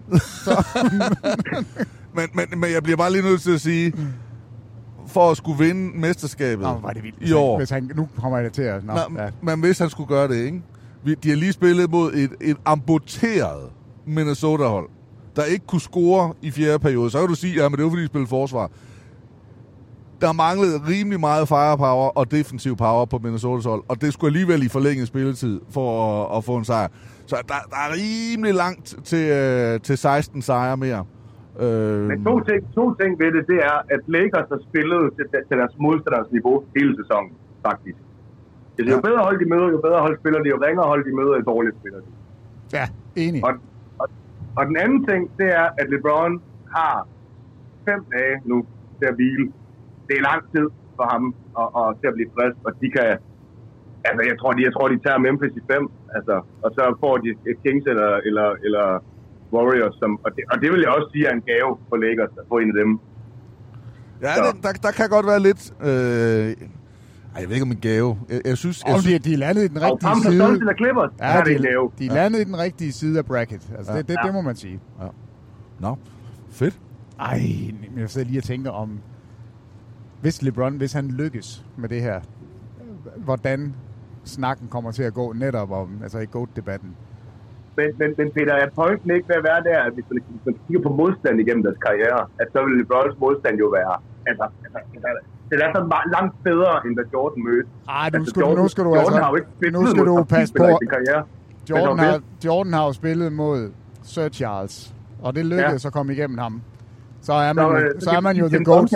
men, men, men jeg bliver bare lige nødt til at sige... for at skulle vinde mesterskabet. Nå, var det vildt. I år. Hvis han, nu kommer jeg til at... Nå, Nå, ja. Men hvis han skulle gøre det, ikke? De har lige spillet mod et, et amputeret Minnesota-hold, der ikke kunne score i fjerde periode. Så kan du sige, ja, men det var fordi de spillede forsvar. Der manglede rimelig meget firepower og defensiv power på Minnesotas hold, og det skulle alligevel i forlænget spilletid for at, at få en sejr. Så der, der er rimelig langt til, øh, til seksten sejre mere. Øh... Men to ting, to ting ved det, det er, at Lakers har spillet til, til deres modstanders niveau hele sæsonen, faktisk. Jo ja. bedre hold de møder, jo bedre hold spiller de, jo ringere hold de møder, jo dårligt spiller de. Ja, enig. Og, og, og den anden ting, det er, at LeBron har fem dage nu til at hvile. Det er lang tid for ham og, og til at blive frisk, og de kan... Altså, jeg tror, de, jeg tror, de tager Memphis i fem, altså, og så får de et Kings eller... eller, eller Warriors, som, og, det, og det vil jeg også sige er en gave for Lakers at få en af dem. Ja, det, der, der kan godt være lidt... Øh, ej, jeg ved ikke om en gave. Jeg, jeg synes... Jeg og synes, de, de er landet i den rigtige og side. Og til Clippers, ja, er det de, en gave. De er landet ja. i den rigtige side af bracket. Altså, ja. det, det, ja. det må man sige. Ja. Nå, fedt. Ej, jeg sidder lige og tænker om... Hvis LeBron, hvis han lykkes med det her, hvordan snakken kommer til at gå netop om, altså i GOAT-debatten. Men, men, men Peter, er pointen ikke ved at være der, at hvis man, hvis man kigger på modstand igennem deres karriere, at så vil LeBrons modstand jo være, altså, altså det er så langt bedre, end da Jordan mødte. Ej, nu altså, skal, Jordan, nu skal du Jordan altså, har jo ikke spillet nu skal du passe på. Jordan har, Jordan har jo spillet mod Sir Charles, og det lykkedes ja. at komme igennem ham. Så er man, så, jo, så, så er man jo the GOAT.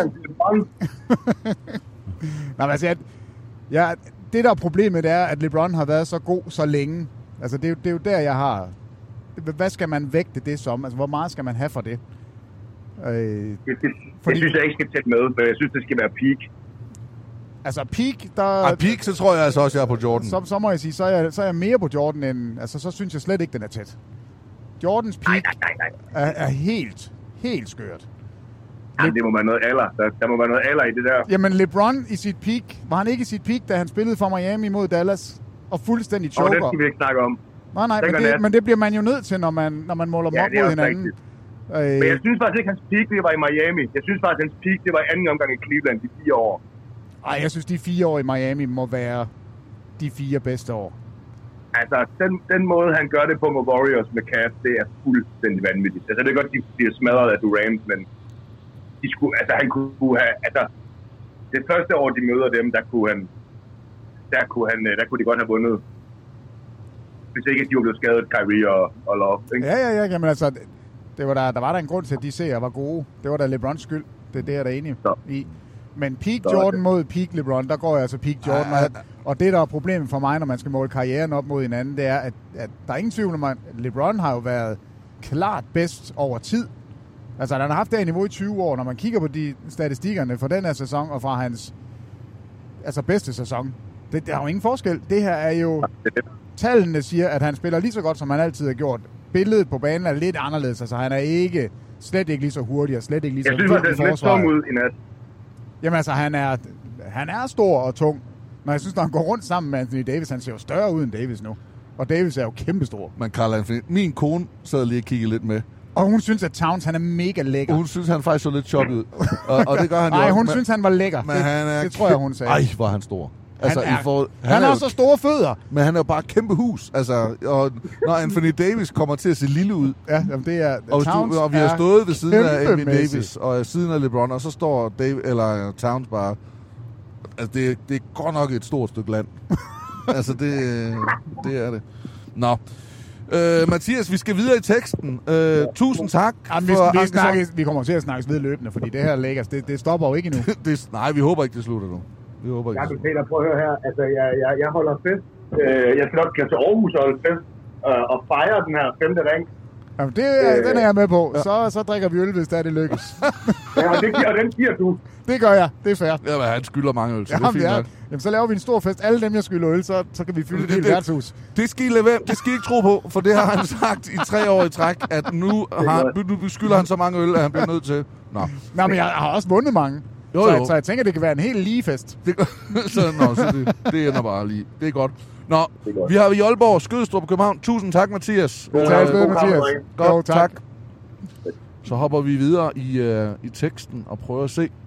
Nej, men altså, jeg, ja, det der er problemet, det er, at LeBron har været så god så længe. Altså, det er, det er jo der, jeg har... Hvad skal man vægte det som? Altså, hvor meget skal man have for det? Øh, det, det, fordi... det synes jeg ikke skal tætte med, men jeg synes, det skal være peak. Altså, peak, der... Ah, peak, så tror jeg altså også, jeg er på Jordan. Så, så må jeg sige, så er jeg, så er jeg mere på Jordan end... Altså, så synes jeg slet ikke, den er tæt. Jordans peak nej, nej, nej, nej. Er, er helt, helt skørt. Ja, det må være noget alder. Der, der må være noget alder i det der. Jamen, LeBron i sit peak... Var han ikke i sit peak, da han spillede for Miami mod Dallas? Og fuldstændig choker? Og det skal vi ikke snakke om. Nej, nej, men det, men det bliver man jo nødt til, når man, når man måler dem ja, op mod hinanden. Øh... Men jeg synes faktisk ikke, hans peak det var i Miami. Jeg synes faktisk, hans peak det var i anden omgang i Cleveland de fire år. Ej, jeg synes, de fire år i Miami må være de fire bedste år. Altså, den, den måde, han gør det på med Warriors med Cavs, det er fuldstændig vanvittigt. Altså, det er godt, de bliver smadret af Durant, men de skulle, altså, han kunne have... Altså, det første år, de møder dem, der kunne han... Der kunne, han, der kunne de godt have vundet. Hvis ikke de var blevet skadet, Kyrie og, og Love. Ikke? Ja, ja, ja. Jamen altså, Det var der, der var der en grund til, at de serier var gode. Det var da LeBrons skyld. Det, det er jeg da enig i. Men peak Jordan mod peak LeBron, der går jeg altså peak Jordan. Og, og det, der er problemet for mig, når man skal måle karrieren op mod hinanden, det er, at, at der er ingen tvivl om, at LeBron har jo været klart bedst over tid. Altså, han har haft det niveau i tyve år, når man kigger på de statistikkerne for den her sæson, og fra hans altså bedste sæson. Det, der er jo ingen forskel. Det her er jo... Tallene siger, at han spiller lige så godt, som han altid har gjort. Billedet på banen er lidt anderledes. Altså, han er ikke... Slet ikke lige så hurtig, og slet ikke lige så vild i forsvaret. Jeg synes, det er lidt tom ud i nat. Jamen altså, han er, han er stor og tung. Men jeg synes, når han går rundt sammen med Anthony Davis, han ser jo større ud end Davis nu. Og Davis er jo kæmpestor. Men Carl Anthony, min kone sad lige og kiggede lidt med. Og hun synes, at Towns, han er mega lækker. Hun synes, han faktisk så lidt choppet ud. Og, og det gør han jo. Nej, hun men, synes, han var lækker. Men det, han er det tror jeg, hun sagde. Ej, hvor han stor. Altså, han er, i forhold, han han er, er så store fødder. Men han er jo bare et kæmpe hus. Altså, og når Anthony Davis kommer til at se lille ud. Ja, jamen det er... Og, Towns du, og vi har stået ved siden af Anthony Davis Davis og siden af LeBron, og så står Dave, eller Towns bare... Altså, det, det er godt nok et stort stykke land. altså, det, det er det. Nå. Øh, Mathias, vi skal videre i teksten. Øh, tusind tak. Jamen, for vi, vi, snakkes, vi kommer til at snakkes ved løbende, fordi det her Lakers, det, det stopper jo ikke endnu. det, nej, vi håber ikke, det slutter nu. Vi håber ikke. Jeg vil Peter, prøv at høre her. Altså, jeg, jeg, jeg holder fest. Øh, jeg skal nok køre til Aarhus og holde fest øh, og fejre den her femte ring. Jamen, det, øh, den er jeg med på. Ja. Så, så drikker vi øl, hvis det er det lykkes. ja, og, det, og den giver du. Det gør jeg. Det er fair. Ja, men han skylder mange øl, så Jamen, det er fint nok. Jamen, så laver vi en stor fest. Alle dem, jeg skylder øl, så, så kan vi fylde det, det hele værtshus. Det skal I lade være. Det skal I ikke tro på, for det har han sagt i tre år i træk, at nu, har, nu skylder han så mange øl, at han bliver nødt til. Nå. Nå, men jeg har også vundet mange. Jo, så, jo. så jeg tænker, det kan være en helt lige fest. Det, så, nå, så det, det ender bare lige. Det er godt. Nå, er godt. Vi har i Aalborg, Skødstrup og København. Tusind tak, Mathias. God, tak, øh, Mathias. Godt, God, tak. tak. Så hopper vi videre i, uh, i teksten og prøver at se.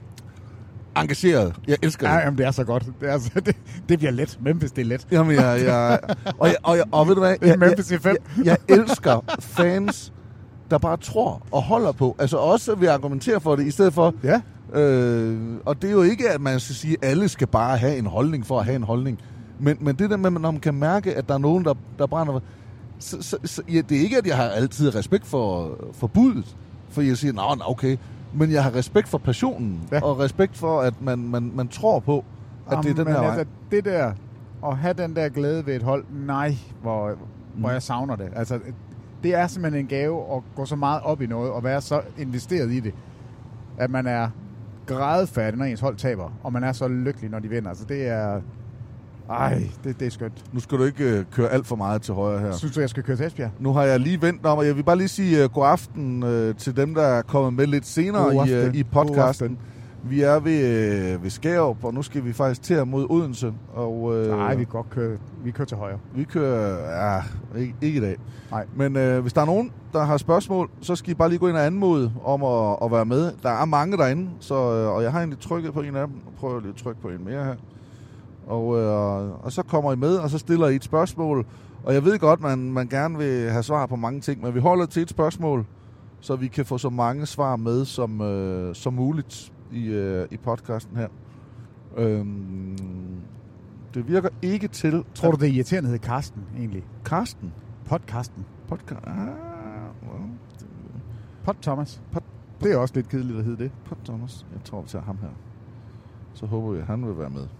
Engageret. Jeg elsker det. Ja, jamen, det er så godt. Det, er så, det, det bliver let. Memphis, det er let. Jamen, jeg, jeg, og, jeg, og, jeg, og ved du hvad? Jeg, Memphis jeg, jeg, jeg elsker fans, der bare tror og holder på. Altså også vil argumentere for det, i stedet for... Ja. Øh, og det er jo ikke, at man skal sige, at alle skal bare have en holdning for at have en holdning. Men, men det der med, når man kan mærke, at der er nogen, der, der brænder... Så, så, så, ja, det er ikke, at jeg har altid respekt for, for budet. For jeg siger, nej, okay... Men jeg har respekt for passionen, ja. Og respekt for, at man, man, man tror på, at Jamen, det er den her altså, vej. Det der, at have den der glæde ved et hold, nej, hvor, mm. hvor jeg savner det. Altså, det er simpelthen en gave at gå så meget op i noget, og være så investeret i det, at man er grædefærdig, når ens hold taber, og man er så lykkelig, når de vinder. Altså, det er... Ej, det, det er skønt. Nu skal du ikke uh, køre alt for meget til højre her. Synes du, jeg skal køre til Esbjerg? Nu har jeg lige vendt om, og jeg vil bare lige sige uh, god aften uh, til dem, der er kommet med lidt senere i, uh, i podcasten. Vi er ved, uh, ved Skærup, og nu skal vi faktisk til mod Odense. Og, uh, Nej, vi, godt køre, vi kører til højre. Vi kører... Ja, ikke, ikke i dag. Nej. Men uh, hvis der er nogen, der har spørgsmål, så skal I bare lige gå ind og anmode om at, at være med. Der er mange derinde, så, uh, og jeg har egentlig trykket på en af dem. Prøver lige at trykke på en mere her. Og, øh, og så kommer I med, og så stiller I et spørgsmål. Og jeg ved godt, man, man gerne vil have svar på mange ting, men vi holder til et spørgsmål, så vi kan få så mange svar med som, øh, som muligt i, øh, i podcasten her. Øhm, det virker ikke til... Tror du, det er irriterende hedder Karsten, egentlig? Karsten? Podcasten. Podcast. Ah, well, det... Pod Thomas. Pod... Det er også lidt kedeligt at hedde det. Pod Thomas. Jeg tror, vi tager ham her. Så håber vi, at han vil være med.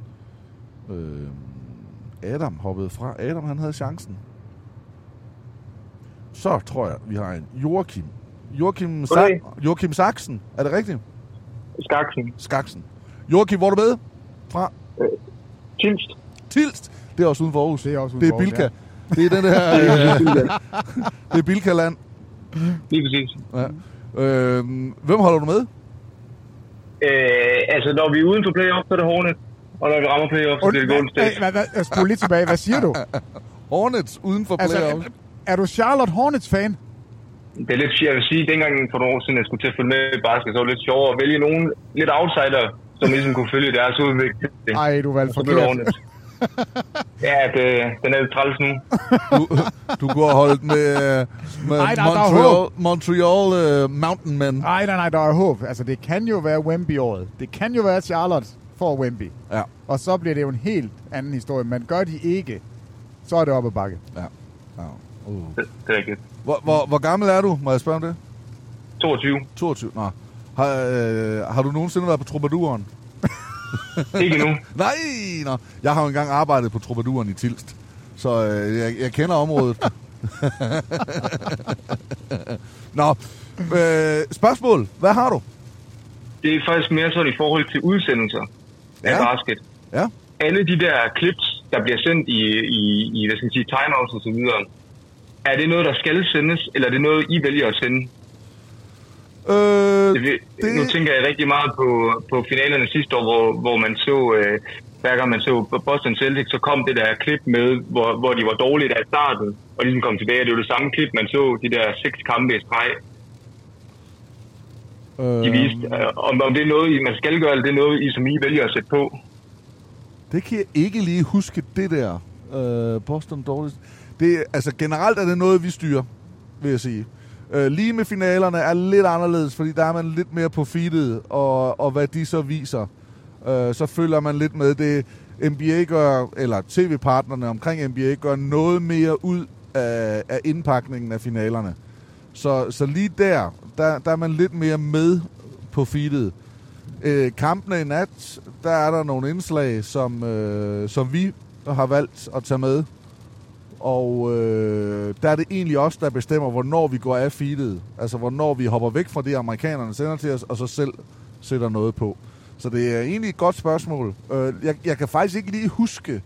Øh, Adam hoppede fra. Adam, han havde chancen. Så tror jeg, vi har en Joachim. Joachim, Sa- Joachim Saxen. Er det rigtigt? Skaksen. Skaksen. Joachim, hvor er du med? Fra? Øh, Tilst. Tilst. Det er også uden for Aarhus. Det er også uden det er Bilka. Ja. Det er den der... det er Bilka-land. Lige præcis. Ja. Øh, hvem holder du med? Øh, altså, når vi er uden for playoff, så er det Hornet. Og når vi rammer playoff, så bliver det Golden State. Hvad, hvad, hvad, spol lige tilbage. Hvad siger du? Hornets uden for playoff. Altså, er, er du Charlotte Hornets-fan? Det er lidt, jeg vil sige, dengang for nogle år siden, jeg skulle til at følge med i basket, så var det lidt sjovere at vælge nogen lidt outsider, som ligesom kunne følge deres udvikling. Ej, du valgte forkert. Ja, det, den er lidt træls nu. Du, du går og holdt med, med Ej, der, Montreal, der Montreal uh, Mountain Men. Nej, nej, nej, der er håb. Altså, det kan jo være Wemby-året. Det kan jo være Charlotte for Wemby. Ja. Og så bliver det jo en helt anden historie. Men gør de ikke, så er det op ad bakke. Ja. Ja. Uh. Det, det er rigtigt. Hvor, hvor, hvor gammel er du? Må jeg spørge om det? toogtyve. toogtyve, nå. Har, øh, har du nogensinde været på Troubadouren? Ikke endnu. Nej, nå. Jeg har jo engang arbejdet på Troubadouren i Tilst, så øh, jeg, jeg kender området. Nå, øh, spørgsmål. Hvad har du? Det er faktisk mere sådan i forhold til udsendelser af ja. basket. Ja. Alle de der clips, der bliver sendt i, i, i hvad skal man sige, timeouts og så videre, er det noget, der skal sendes, eller er det noget, I vælger at sende? Øh, det, det... Nu tænker jeg rigtig meget på, på finalerne sidste år, hvor, hvor man så, øh, hver gang man så Boston Celtics, så kom det der klip med, hvor, hvor de var dårlige der i starten, og ligesom kom tilbage. Det var det samme klip, man så, de der seks kampe i streg. Øh... De viste, øh, om, om det er noget, man skal gøre, eller det er noget, I, som I vælger at sætte på. Det kan jeg ikke lige huske, det der øh, Boston dårligt. Det, altså generelt er det noget, vi styrer, vil jeg sige. Øh, lige med finalerne er lidt anderledes, fordi der er man lidt mere på feedet, og, og hvad de så viser. Øh, så følger man lidt med det. N B A gør, eller T V-partnerne omkring N B A gør noget mere ud af, af indpakningen af finalerne. Så, så lige der, der, der er man lidt mere med på feedet. Øh, kampene i nat, der er der nogle indslag, som, øh, som vi har valgt at tage med. Og øh, der er det egentlig os, der bestemmer, hvornår vi går af feedet. Altså, hvornår vi hopper væk fra det, amerikanerne sender til os, og så selv sætter noget på. Så det er egentlig et godt spørgsmål. Øh, jeg, jeg kan faktisk ikke lige huske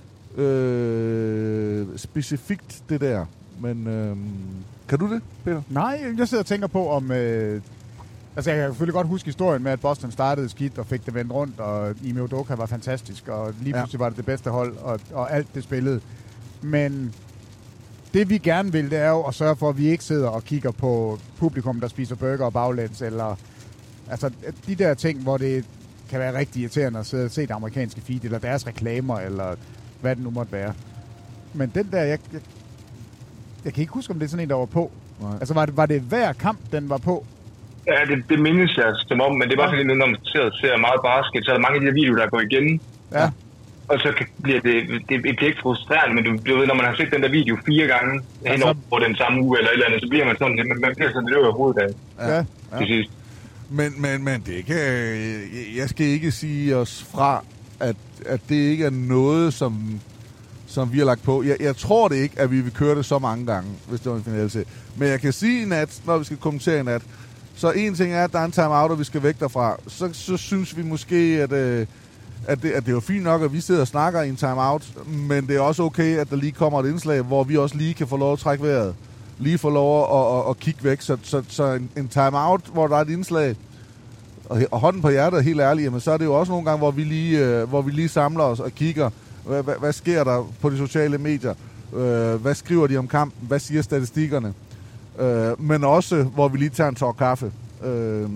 øh, specifikt det der. Men øh, kan du det, Peter? Nej, jeg sidder og tænker på, om... Øh, altså, jeg kan selvfølgelig godt huske historien med, at Boston startede skidt og fik det vendt rundt, og Ime Udoka var fantastisk, og lige pludselig ja. var det det bedste hold, og, og alt det spillede. Men det vi gerne vil, det er jo at sørge for, at vi ikke sidder og kigger på publikum, der spiser burger og baglæns, eller altså de der ting, hvor det kan være rigtig irriterende at sidde og se det amerikanske feed, eller deres reklamer, eller hvad det nu måtte være. Men den der, jeg, jeg, jeg kan ikke huske, om det er sådan en, der var på. Nej. Altså var det, var det hver kamp, den var på? Ja, det, det mindes jeg som om, men det var ja. fordi, når man ser, ser meget basket, så er der mange af de her videoer, der går igen. Ja. Og så bliver det, det, det bliver ikke frustrerende, men du, du ved, når man har set den der video fire gange ja, hen over på den samme uge eller et eller andet, så bliver man sådan, man, man bliver sådan lidt over hovedet af. Ja, ja. Til sidst. Men, men, men det kan, jeg skal ikke sige os fra, at, at det ikke er noget, som, som vi har lagt på. Jeg, jeg tror det ikke, at vi vil køre det så mange gange, hvis det var en finale. Men jeg kan sige i nat, når vi skal kommentere i nat, så en ting er, at der er en timeout, og vi skal væk derfra. Så, så synes vi måske, at... Øh, At det, at det er jo fint nok, at vi sidder og snakker i en timeout, men det er også okay, at der lige kommer et indslag, hvor vi også lige kan få lov at trække vejret. Lige få lov at, at, at kigge væk. Så, så, så en, en timeout, hvor der er et indslag, og, og hånden på hjertet, helt ærligt, jamen, så er det jo også nogle gange, hvor vi lige, øh, hvor vi lige samler os og kigger, hvad, hvad, hvad sker der på de sociale medier? Øh, hvad skriver de om kampen? Hvad siger statistikkerne? Øh, men også, hvor vi lige tager en tår kaffe. Øh,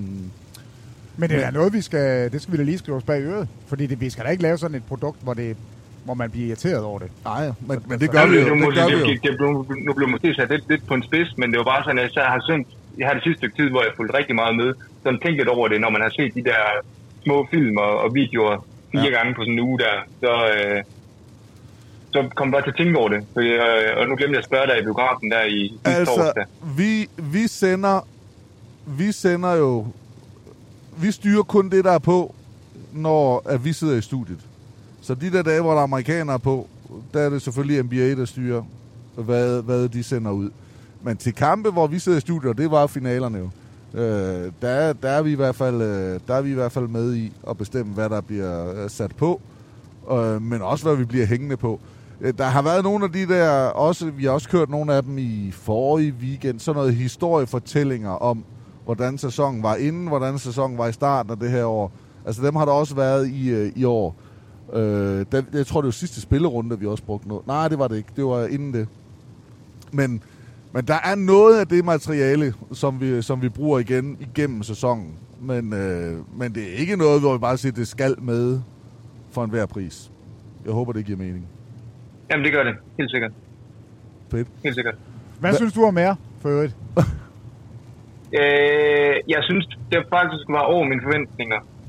Men det er noget, vi skal, det skal vi da lige skrive os bag øret. Fordi det, vi skal da ikke lave sådan et produkt, hvor, det, hvor man bliver irriteret over det. Nej, men, men det gør vi jo. Nu, det gør det, vi jo. Det, det, det, nu blev måske sat lidt, lidt på en spids, men det var bare sådan, at jeg har, sådan, jeg har det sidste stykke tid, hvor jeg har fulgt rigtig meget med. Sådan tænkt lidt over det, når man har set de der små film og, og videoer fire ja. gange på sådan en uge der. Så, øh, så kom jeg bare til at tænke over det. For, øh, og nu glemte jeg at spørge dig i biografen der i, i altså, torsdag. Vi, vi sender... Vi sender jo... Vi styrer kun det, der er på, når at vi sidder i studiet. Så de der dage, hvor der er amerikanere på, der er det selvfølgelig N B A, der styrer, hvad, hvad de sender ud. Men til kampe, hvor vi sidder i studiet, det var finalerne jo, øh, der, der, er vi i hvert fald, der er vi i hvert fald med i at bestemme, hvad der bliver sat på, øh, men også, hvad vi bliver hængende på. Der har været nogle af de der, også, vi har også kørt nogle af dem i forrige weekend, sådan noget historiefortællinger om, hvordan sæsonen var inden, hvordan sæsonen var i starten af det her år. Altså dem har der også været i, i år. Øh, der, jeg tror, det var sidste spillerunde, vi også brugte noget. Nej, det var det ikke. Det var inden det. Men, men der er noget af det materiale, som vi, som vi bruger igen igennem sæsonen. Men, øh, men det er ikke noget, hvor vi bare siger, at det skal med for enhver pris. Jeg håber, det giver mening. Jamen, det gør det. Helt sikkert. Fedt. Helt sikkert. Hvad Hva? synes du om mere, for øvrigt? Øh, jeg synes, det faktisk var over mine forventninger.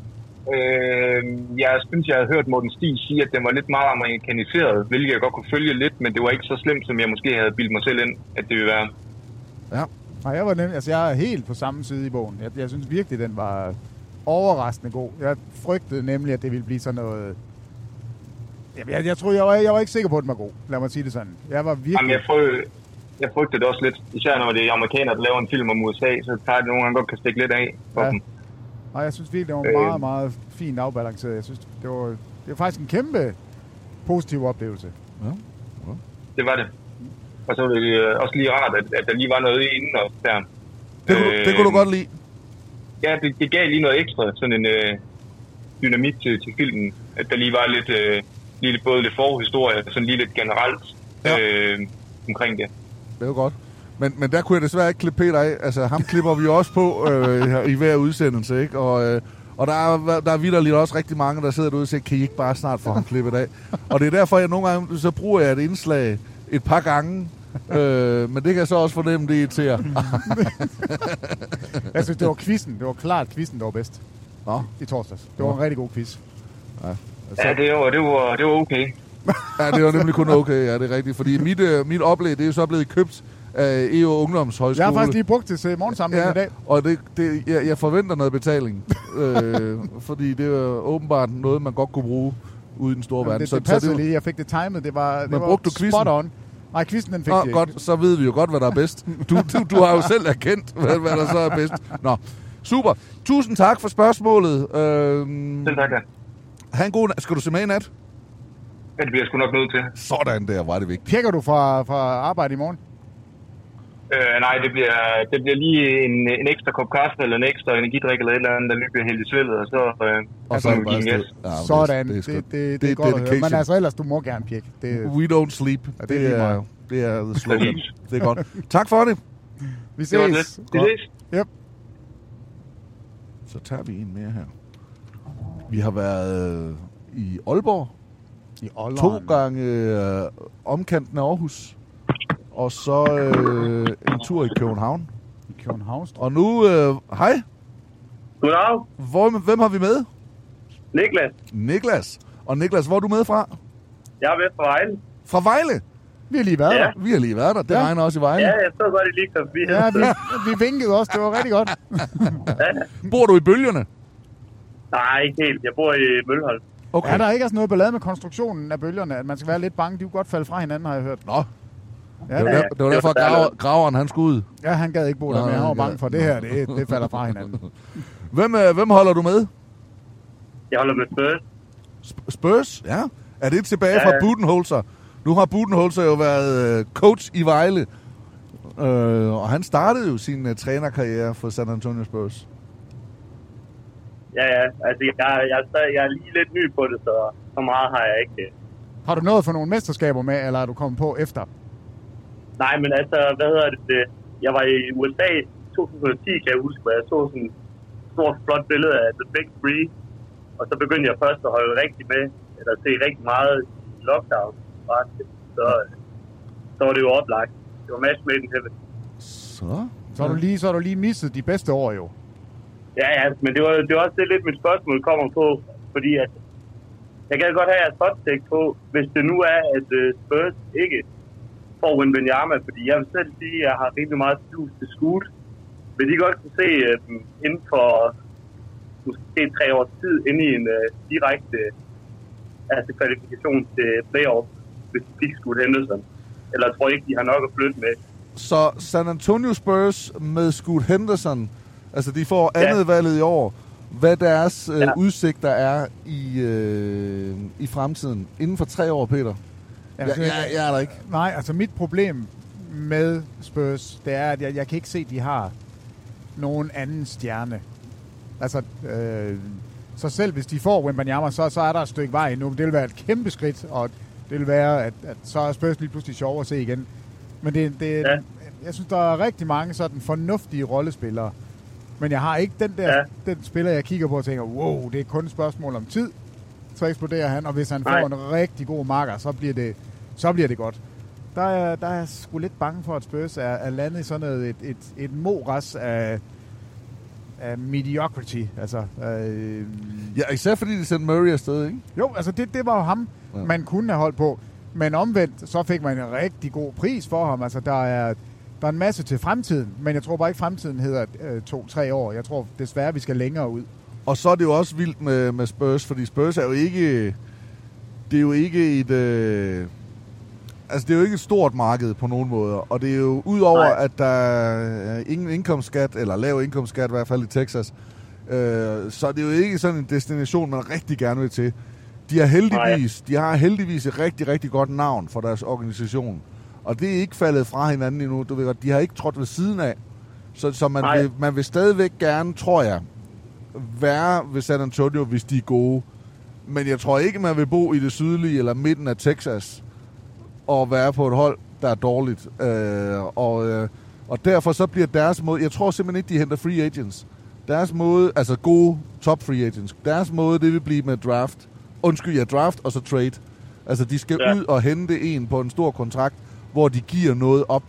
Øh, jeg synes, jeg havde hørt Morten Stig sige, at den var lidt meget amerikaniseret, hvilket jeg godt kunne følge lidt, men det var ikke så slemt, som jeg måske havde bildt mig selv ind, at det ville være. Ja. Nej, jeg var nemlig, altså jeg er helt på samme side i bogen. Jeg, jeg synes virkelig, den var overraskende god. Jeg frygtede nemlig, at det ville blive sådan noget... Jeg, jeg, jeg tror, jeg var, jeg var ikke sikker på, at den var god. Lad mig sige det sådan. Jeg var virkelig... Jamen, jeg, frø, jeg frygtede det også lidt. Især når det er amerikanere, der laver en film om U S A, så tager det nogle gange godt kan stikke lidt af for ja. dem. Og jeg synes virkelig, det var meget, meget fint afbalanceret. Jeg synes, det var, det var faktisk en kæmpe positiv oplevelse. Ja. Ja. Det var det. Og så var det også lige rart, at, at der lige var noget inden og der. Det kunne, øh, det kunne du godt lide? Ja, det, det gav lige noget ekstra, sådan en øh, dynamik til, til filmen. At der lige var lidt, øh, lige både lidt forhistorie, og sådan lige lidt generelt ja. øh, omkring det. Det var godt. Men, men der kunne jeg desværre ikke klippe Peter af. Altså, ham klipper vi også på øh, i hver udsendelse, ikke? Og, øh, og der er, der er vitterligt også rigtig mange, der sidder derude og siger, kan I ikke bare snart få ham klippet af? Og det er derfor, jeg nogle gange, så bruger jeg et indslag et par gange, øh, men det kan jeg så også fornemme, det til jer. Jeg synes, det var quizzen. Det var klart quizzen, der var bedst. Nå. I torsdags. Det var en rigtig god quiz. Ja, altså. ja det, var, det, var, det var okay. Ja, det var nemlig kun okay, ja, det er rigtigt. Fordi mit, øh, mit oplæg, det er jo så blevet købt af E O Ungdomshøjskole. Jeg har faktisk lige brugt det til morgensamlingen ja, i dag. Og det, det, jeg, jeg forventer noget betaling. øh, fordi det er åbenbart noget, man godt kunne bruge ude i den store verden. Det, så, det passede så det, lige. Jeg fik det timet. Det var, det var brugte du spot on. Nej, quizzen den fik Nå, det godt, så ved vi jo godt, hvad der er bedst. Du, du, du har jo selv erkendt, hvad, hvad der så er bedst. Nå, super. Tusind tak for spørgsmålet. Øhm, Selv tak, ja. Ha' en god nat. Skal du se med i nat? Ja, det bliver jeg sgu nok nødt til. Sådan der, var det vigtigt. Pjekker du fra, fra arbejde i morgen? Øh, nej, det bliver, det bliver lige en, en ekstra kop kaffe, eller en ekstra energidrik, eller et eller andet, der lige bliver helt i svældet, og så... Øh, og så er det bare sted. Ja, sådan, det, det, det, det, det er godt at høre. Men altså ellers, du må gerne pjekke. Det, We don't sleep. Ja, det, det, er, det er the slogan. Det er godt. Tak for det. Vi ses. Vi ses. Yep. Så tager vi en mere her. Vi har været øh, i Aalborg. I Aalborg. To gange øh, omkanten af Aarhus. Og så øh, en tur i København. I København. Og nu, øh, hej. Goddag. Hvor, hvem har vi med? Niklas. Niklas. Og Niklas, hvor er du med fra? Jeg er med fra Vejle. Fra Vejle? Vi har lige været ja. der. Vi har lige været der. Det ja. regner også i Vejle. Ja, jeg så godt, I lige kom forbi. Ja, vi, vi vinkede også. Det var rigtig godt. Ja. Bor du i bølgerne? Nej, ikke helt. Jeg bor i Mølholm. Okay. Ja, der er ikke også noget ballade med konstruktionen af bølgerne, at man skal være lidt bange. De kunne godt falde fra hinanden, har jeg hørt. Nå. Ja, det var, der, det var derfor, at graver, graveren han skulle ud. Ja, han gad ikke bo der, men han var bange for, det her, det, det falder fra hinanden. Hvem, øh, hvem holder du med? Jeg holder med Spurs. Sp- Spurs? Ja. Er det tilbage ja, fra Budenholzer? Nu har Budenholzer jo været øh, coach i Vejle. Øh, og han startede jo sin øh, trænerkarriere for San Antonio Spurs. Ja, ja. Altså, jeg, jeg, jeg er lige lidt ny på det, så, så meget har jeg ikke. Har du nået for nogle mesterskaber med, eller er du kommet på efter? Nej, men altså, hvad hedder det? Jeg var i U S A i to tusind og ti, kan jeg huske, hvor jeg så sådan et stort, flot billede af The Big Three. Og så begyndte jeg først at holde rigtig med, eller se rigtig meget i lockdown. Så, så var det jo oplagt. Det var match made in heaven. Så? Så har du lige, så har du lige misset de bedste år, jo. Ja, ja, men det var, det var også det lidt, mit spørgsmål kommer på, fordi at jeg kan godt have jeres hot-take på, hvis det nu er, at uh, Spurs ikke får Wembanyama, fordi jeg vil selv sige, at jeg har rigtig meget stus til Scoot. Vil de godt kunne se uh, inden for måske tre års tid, inde i en uh, direkte altså kvalifikation til playoff, hvis de fik Scoot Henderson? Eller tror jeg ikke, de har nok at flytte med? Så San Antonio Spurs med Scoot Henderson, altså de får andet ja. valget i år. Hvad deres øh, ja. udsigter er i, øh, i fremtiden? Inden for tre år, Peter? Ja, jeg, jeg, jeg er der ikke. Nej, altså mit problem med Spurs, det er, at jeg, jeg kan ikke se, at de har nogen anden stjerne. Altså, øh, så selv hvis de får Wembanyama, så, så er der et stykke vej endnu. Det vil være et kæmpe skridt, og det vil være, at, at så er Spurs lige pludselig sjov at se igen. Men det, det, ja. jeg synes, der er rigtig mange sådan fornuftige rollespillere. Men jeg har ikke den der ja. den spiller, jeg kigger på og tænker, wow, det er kun et spørgsmål om tid. Så eksploderer han, og hvis han Nej. får en rigtig god marker, så bliver det, så bliver det godt. Der er, der er jeg sgu lidt bange for, at Spurs er, er landet i sådan noget, et, et, et moras af, af mediocrity. Altså, øh, ja, især fordi de sendte Murray afsted, ikke? Jo, altså det, det var jo ham, ja. man kunne have holdt på. Men omvendt, så fik man en rigtig god pris for ham. Altså, der er, der er en masse til fremtiden, men jeg tror bare ikke, fremtiden hedder øh, to-tre år. Jeg tror desværre, vi skal længere ud. Og så er det jo også vildt med, med Spurs, fordi Spurs er jo ikke... Det er jo ikke et... Øh, altså, det er jo ikke et stort marked på nogen måder. Og det er jo udover, Nej. at der er ingen indkomstskat, eller lav indkomstskat i hvert fald i Texas, øh, så er det jo ikke sådan en destination, man rigtig gerne vil til. De har heldigvis, de har heldigvis et rigtig, rigtig godt navn for deres organisation. Og det er ikke faldet fra hinanden endnu. Du ved godt, de har ikke trådt ved siden af. Så, så man, vil, man vil stadigvæk gerne, tror jeg, være ved San Antonio, hvis de er gode. Men jeg tror ikke, man vil bo i det sydlige eller midten af Texas og være på et hold, der er dårligt. Øh, og, øh, og derfor så bliver deres måde... Jeg tror simpelthen ikke, de henter free agents. Deres måde, altså gode top free agents, deres måde, det vil blive med draft. Undskyld, ja, draft og så trade. Altså, de skal ja. ud og hente en på en stor kontrakt, hvor de giver noget op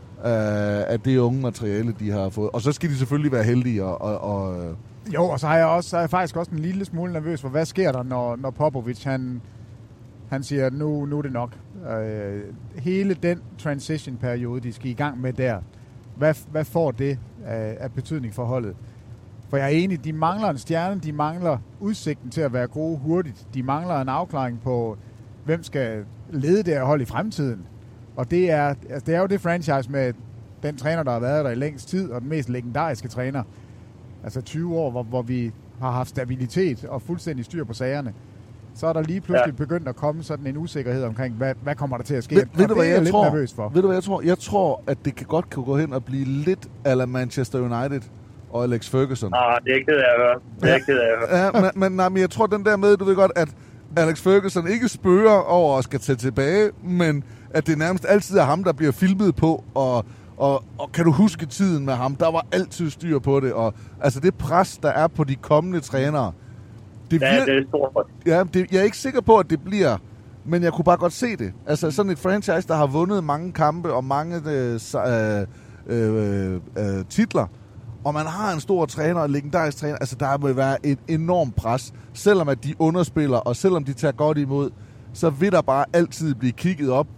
øh, af det unge materiale, de har fået. Og så skal de selvfølgelig være heldige og... og, og jo, og så har jeg også så er jeg faktisk også en lille smule nervøs for, hvad sker der, når, når Popovic, han, han siger, at nu, nu er det nok. Øh, hele den transition-periode, de skal i gang med der, hvad, hvad får det af, af betydning for holdet? For jeg er enig, de mangler en stjerne, de mangler udsigten til at være gode hurtigt. De mangler en afklaring på, hvem skal lede det her hold i fremtiden. Og det er, altså det er jo det franchise med den træner, der har været der i længst tid, og den mest legendariske træner. Altså tyve år, hvor, hvor vi har haft stabilitet og fuldstændig styr på sagerne. Så er der lige pludselig ja. begyndt at komme sådan en usikkerhed omkring, hvad, hvad kommer der til at ske? Ved, ved du, det hvad er jeg, jeg lidt tror? nervøs for. Ved du, hvad jeg tror? Jeg tror, at det kan godt kan gå hen og blive lidt a la Manchester United og Alex Ferguson. Ah, det er ked af at høre. Det er ja. ked af at høre. Ja, men, men, nej, men jeg tror, den der med, du ved godt, at Alex Ferguson ikke spørger over at skal tage tilbage, men at det nærmest altid er ham, der bliver filmet på, og, og, og kan du huske tiden med ham? Der var altid styr på det, og altså det pres, der er på de kommende trænere, det ja, vir- det er stort. Ja, det, jeg er ikke sikker på, at det bliver, men jeg kunne bare godt se det. Altså sådan et franchise, der har vundet mange kampe og mange øh, øh, øh, øh, titler, og man har en stor træner, en legendarisk træner, altså der vil være et enormt pres, selvom at de underspiller, og selvom de tager godt imod, så vil der bare altid blive kigget op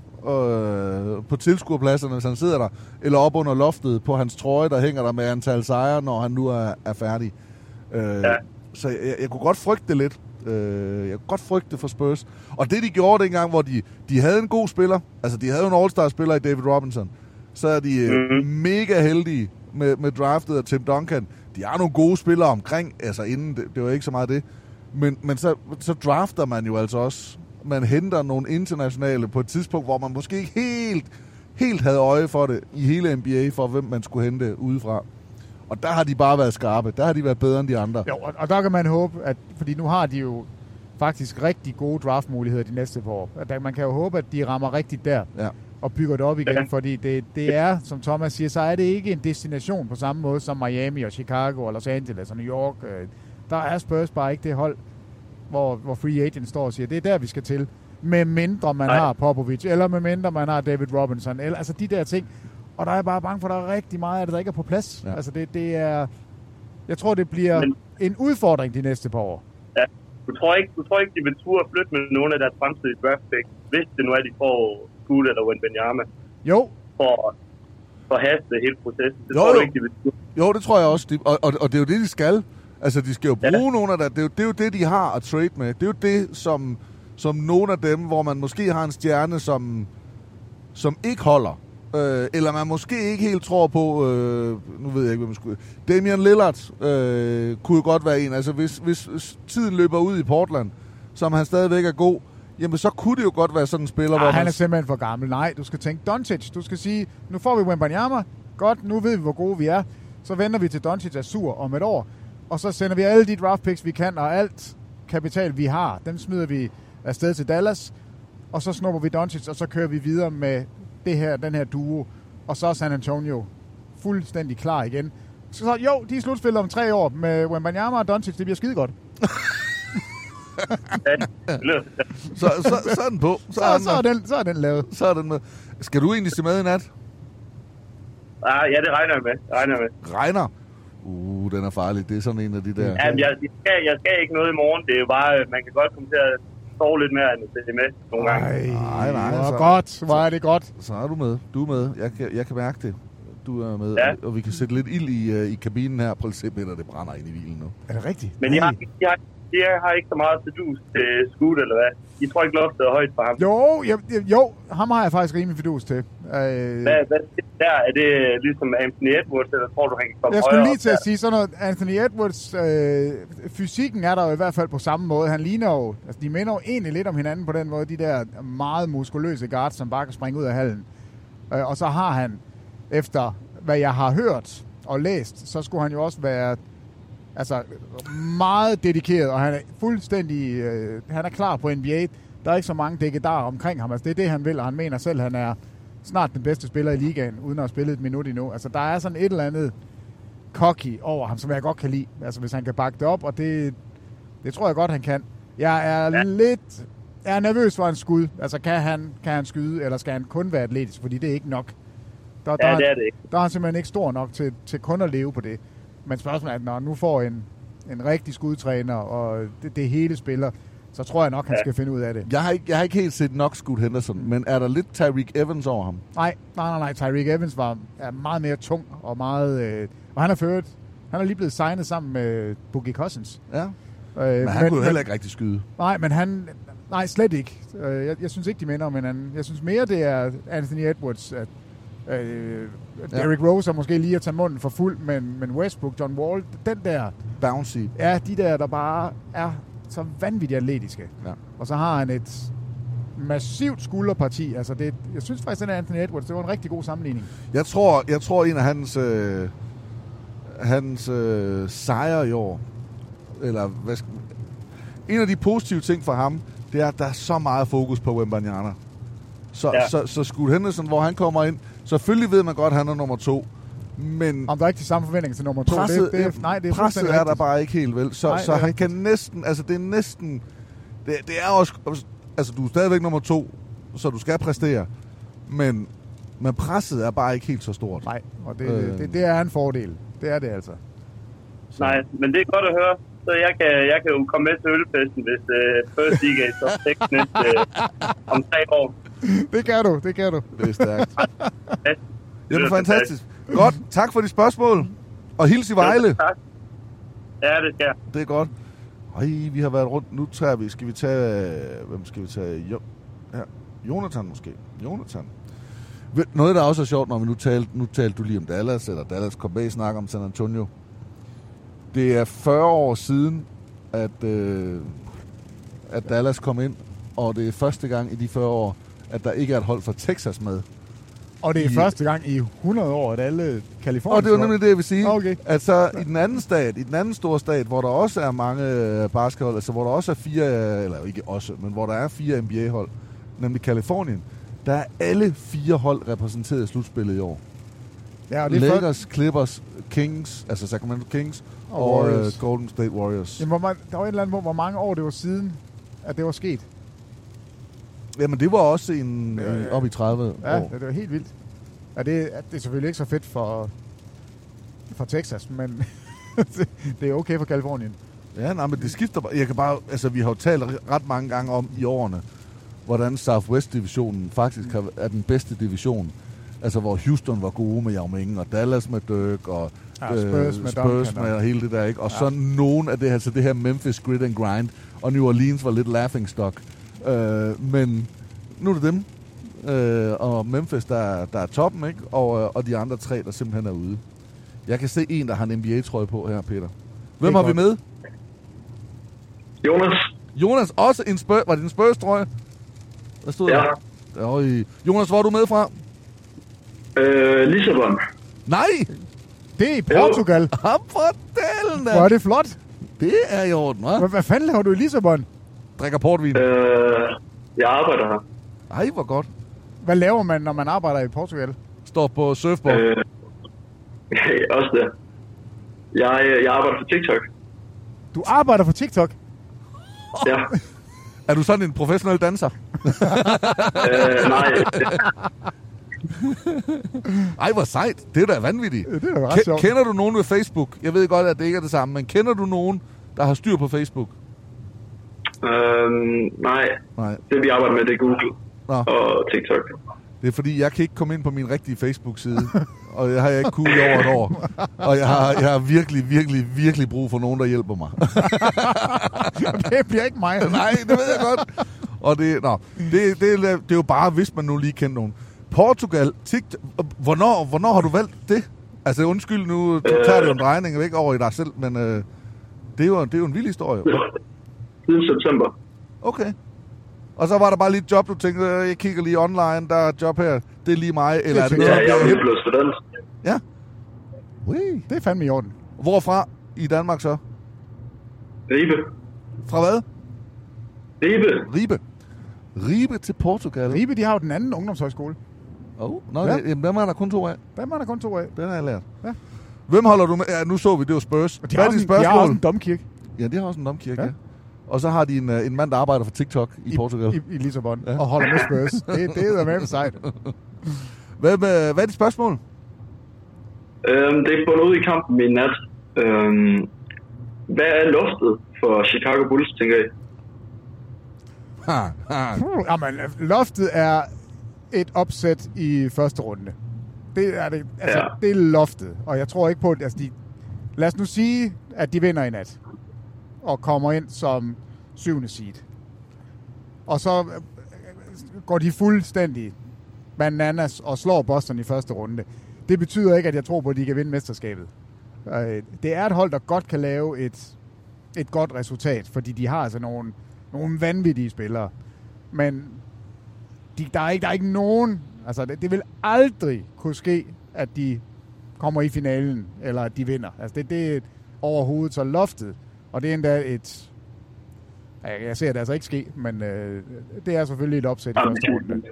øh, på tilskuerpladserne, hvis han sidder der, eller op under loftet på hans trøje, der hænger der med antal sejre, når han nu er, er færdig. Øh, ja. Så jeg, jeg kunne godt frygte det lidt. Øh, jeg kunne godt frygte det for Spurs. Og det, de gjorde dengang, hvor de, de havde en god spiller, altså de havde en all-star-spiller i David Robinson, så er de mm-hmm. mega heldige med, med draftet af Tim Duncan. De har nogle gode spillere omkring, altså inden, det, det var ikke så meget det. Men, men så, så drafter man jo altså også, man henter nogle internationale på et tidspunkt, hvor man måske ikke helt, helt havde øje for det i hele N B A, for hvem man skulle hente udefra. Og der har de bare været skarpe. Der har de været bedre end de andre. Jo, og, og der kan man håbe, at fordi nu har de jo faktisk rigtig gode draftmuligheder de næste par år. At man kan jo håbe, at de rammer rigtigt der. Ja. Og bygger det op igen, ja. fordi det, det er, som Thomas siger, så er det ikke en destination på samme måde som Miami og Chicago og Los Angeles og New York. Der er Spurs bare ikke det hold, hvor, hvor free agent står og siger, det er der, vi skal til. Med mindre man Nej. har Popovic, eller med mindre man har David Robinson, eller altså de der ting. Og der er bare bange for, at der er rigtig meget af det, der ikke er på plads. Ja. Altså det, det er... Jeg tror, det bliver Men, en udfordring de næste par år. Ja, du tror ikke, du tror ikke de vil turde flytte med nogle af deres fremtidige draft picks, hvis det nu er, de får Scoot eller Wembanyama? Jo. For, for at haste hele processen. Det jo, tror du jo. ikke, de vil turde. Jo, det tror jeg også. De, og, og, og det er jo det, de skal. Altså, de skal jo bruge ja. nogle af det. Det er, jo, det er jo det, de har at trade med. Det er jo det, som, som nogle af dem, hvor man måske har en stjerne, som, som ikke holder. Øh, eller man måske ikke helt tror på, øh, nu ved jeg ikke, hvad man skulle... Damian Lillard øh, kunne jo godt være en. Altså, hvis, hvis tiden løber ud i Portland, som han stadigvæk er god, jamen så kunne det jo godt være sådan en spiller, Ej, hvor man... han er simpelthen for gammel. Nej, du skal tænke Doncic. Du skal sige, nu får vi Wembanyama. Godt, nu ved vi, hvor gode vi er. Så venter vi til Doncic er sur om et år. Og så sender vi alle de draft picks, vi kan, og alt kapital, vi har, den smider vi afsted til Dallas. Og så snupper vi Doncic, og så kører vi videre med det her, den her duo. Og så er San Antonio fuldstændig klar igen. Så jo, de er slutspillet om tre år med Wembanyama og Doncic. Det bliver skide godt. så, så, så er den på. Så, så, er, den, så, er, den, så er den lavet. Så er den med. Skal du egentlig se med i nat? Ah, ja, det regner jeg med. Det regner jeg med. Regner? Uh, den er farlig. Det er sådan en af de der... Ja, jeg, jeg, skal, jeg skal ikke noget i morgen. Det er jo bare, man kan godt komme til at sove lidt mere, end at det med nogle gange. Nej, nej. Hvor Så, godt. Hvor er det godt. Så, så er du med. Du er med. Jeg kan, jeg kan mærke det. Du er med. Ja. Og vi kan sætte lidt ild i, uh, i kabinen her. Prøv at se, Peter, det brænder ind i hvilen nu. Er det rigtigt? Men jeg har, jeg, har, jeg har ikke så meget til dus til Scoot, eller hvad? I tror ikke, loftet er højt for ham? Jo, jeg, jo, ham har jeg faktisk rimelig fidus til. Øh, hvad, hvad der? Er det ligesom Anthony Edwards, eller tror du, han kan komme Jeg skulle lige op til at der? sige sådan noget. Anthony Edwards, øh, fysikken er der jo i hvert fald på samme måde. Han ligner jo, altså de minder jo egentlig lidt om hinanden på den måde, de der meget muskuløse guards, som bare kan springe ud af hallen. Øh, og så har han, efter hvad jeg har hørt og læst, så skulle han jo også være altså meget dedikeret, og han er fuldstændig, øh, han er klar på N B A. Der er ikke så mange dækkedarer omkring ham. Altså det er det, han vil, og han mener selv, han er snart den bedste spiller i ligaen, uden at have spillet et minut endnu. Altså, der er sådan et eller andet cocky over ham, som jeg godt kan lide. Altså, hvis han kan bakke det op, og det, det tror jeg godt, han kan. Jeg er ja. lidt jeg er nervøs for en skud. Altså, kan han, kan han skyde, eller skal han kun være atletisk? Fordi det er ikke nok. Der, Ja, der, det er det ikke. Der er han simpelthen ikke stor nok til, til kun at leve på det. Men spørgsmålet er, at når han nu får en, en rigtig skudtræner, og det, det hele spiller, så tror jeg nok, han ja. skal finde ud af det. Jeg har ikke, jeg har ikke helt set nok Scoot Henderson, men er der lidt Tyreek Evans over ham? Nej, nej, nej, nej. Tyreek Evans var er meget mere tung og meget... Øh, og han har ført... Han er lige blevet signet sammen med Boogie Cousins. Ja. Øh, men han men, kunne jo heller ikke rigtig skyde. Nej, men han... Nej, slet ikke. Øh, jeg, jeg synes ikke, de minder om hinanden. Jeg synes mere, det er Anthony Edwards. At, øh, Derrick ja. Rose er måske lige at tage munden for fuld, men, men Westbrook, John Wall, den der... Bouncy. Ja, de der, der bare er så vanvittigt atletiske. Ja. Og så har han et massivt skulderparti. Altså det, jeg synes faktisk, at Anthony Edwards, det var en rigtig god sammenligning. Jeg tror, jeg tror en af hans, øh, hans øh, sejre i år, eller hvad skal, en af de positive ting for ham, det er, at der er så meget fokus på Wembanyama. Så, ja. så, så Scoot Henderson, hvor han kommer ind, selvfølgelig ved man godt, at han er nummer to. Men om der er ikke de samme forventninger til nummer to, presset, det, det, nej, det er presset er rigtigt. der bare ikke helt vel. Så, nej, så han rigtigt. Kan næsten, altså det er næsten, det, det er også, altså du er stadigvæk nummer to, så du skal præstere, men, men presset er bare ikke helt så stort. Nej, og det, øh. det, det er en fordel. Det er det altså. Så. Nej, men det er godt at høre. Så jeg kan, jeg kan jo komme med til ølfesten, hvis uh, First League er i top seks næste uh, om tre år. Det kan du, det kan du. Det er stærkt. Jamen fantastisk. Godt, tak for de spørgsmål. Og hils i Vejle. Ja, tak. Ja, det skal jeg. Det er godt. Ej, vi har været rundt. Nu tager vi, skal vi tage, hvem skal vi tage? Jo, ja, Jonathan måske. Jonathan. Noget, der også er sjovt, når vi nu talte, nu talte du lige om Dallas, eller Dallas kom bag snak om San Antonio. Det er fyrre år siden, at, øh, at Dallas kom ind, og det er første gang i de fyrre år, at der ikke er et hold fra Texas med. Og det er I, første gang i hundrede år, at alle Californien... Og det var nemlig det, jeg vil sige. Okay. At så i den anden stat, i den anden store stat, hvor der også er mange baskethold, altså hvor der også er fire, eller ikke også, men hvor der er fire N B A-hold, nemlig Californien, der er alle fire hold repræsenteret i slutspillet i år. Ja, og det Lakers, først... Clippers, Kings, altså Sacramento Kings, og, og og uh, Golden State Warriors. Jamen, hvor man, der var et eller andet på, hvor mange år det var siden, at det var sket. Jamen, det var også en, ja, ja. op i tredive ja, år. Ja, det var helt vildt. Ja, det, det er selvfølgelig ikke så fedt for, for Texas, men det er okay for Californien. Ja, nej, men det skifter bare. Jeg kan bare, altså, vi har jo talt ret mange gange om i årene, hvordan Southwest-divisionen faktisk er den bedste division. Altså, hvor Houston var gode med Yao Ming, og Dallas med Dirk, og ja, Spurs, øh, med, Spurs med og hele det der, ikke? Og ja. Så nogen af det, altså det her Memphis grit and grind, og New Orleans var lidt laughingstock. Øh, men nu er det dem, øh, og Memphis, der, der er toppen, ikke? Og, og de andre tre, der simpelthen er ude. Jeg kan se en, der har en N B A-trøje på her, Peter. Hvem har vi med? Jonas. Jonas, også en Spurs. Var det en Spurs-trøje? Hvad stod ja. der? Øj. Jonas, hvor er du med fra? Øh, Lissabon. Nej! Det er i Portugal. Ham for delen da. Hvor er det flot. Det er i orden, hva'? Hvad fanden laver du i Lissabon? Drikker portvin. Øh, jeg arbejder her. Ej, hvor godt. Hvad laver man, når man arbejder i Portugal? Står på surfboard. Øh, også det. Jeg, jeg arbejder for TikTok. Du arbejder for TikTok? Ja. Er du sådan en professionel danser? øh, nej. Ej, hvor sejt. Det er da vanvittigt. Det er da ret sjovt. Kender du nogen ved Facebook? Jeg ved godt, at det ikke er det samme, men kender du nogen, der har styr på Facebook? Øhm, nej. nej. Det vi arbejder med, det er Google Nå. og TikTok. Det er fordi, jeg kan ikke komme ind på min rigtige Facebook-side, og det har jeg ikke kunnet i over et år. Og jeg har, jeg har virkelig, virkelig, virkelig brug for nogen, der hjælper mig. Det bliver ikke mig. Nej, det ved jeg godt. Og det, nå, det, det, det er jo bare, hvis man nu lige kender nogen. Portugal, TikTok, hvornår, hvornår har du valgt det? Altså undskyld nu, du tager det jo en drejning væk over i dig selv, men øh, det, er jo, det er jo en vild historie. Siden september. Okay. Og så var der bare lige et job, du tænkte, jeg kigger lige online, der er et job her, det er lige mig, eller det er det ja, jeg er lige blevet student. Ja. Ui. Det er fandme i orden. Hvorfra i Danmark så? Ribe. Fra hvad? Ribe. Ribe. Ribe til Portugal. Ribe, de har jo den anden ungdomshøjskole. Åh, oh, nå, ja. det, jamen, dem er der kun to af. Dem er der kun to af. Den har jeg lært. Ja. Hvem holder du med? Ja, nu så vi, det var Spurs. De har, også en, de har også en domkirke. Ja, de har også en domkirke, ja. ja. Og så har de en, en mand, der arbejder for TikTok i, I Portugal. I, i Lissabon. Ja. Og holder med Spurs. Det, det er med sejt. Hvad, hvad, hvad er dit spørgsmål? Øhm, det er bundet ud i kampen i nat. Øhm, hvad er loftet for Chicago Bulls, tænker jeg? Ha, ha. Puh, jamen, loftet er et opsæt i første runde. Det er det. Altså, ja. Det er loftet. Og jeg tror ikke på, at altså, de, lad os nu sige, at de vinder i nat. Og kommer ind som syvende seed. Og så går de fuldstændig bananas og slår Boston i første runde. Det betyder ikke, at jeg tror på, at de kan vinde mesterskabet. Det er et hold, der godt kan lave et, et godt resultat, fordi de har altså nogle, nogle vanvittige spillere. Men de, der, er ikke, der er ikke nogen... Altså, det, det vil aldrig kunne ske, at de kommer i finalen, eller at de vinder. Altså, det, det er overhovedet så loftet. Og det er endda et... Jeg ser det altså ikke ske, men øh, det er selvfølgelig et opsæt i første runde.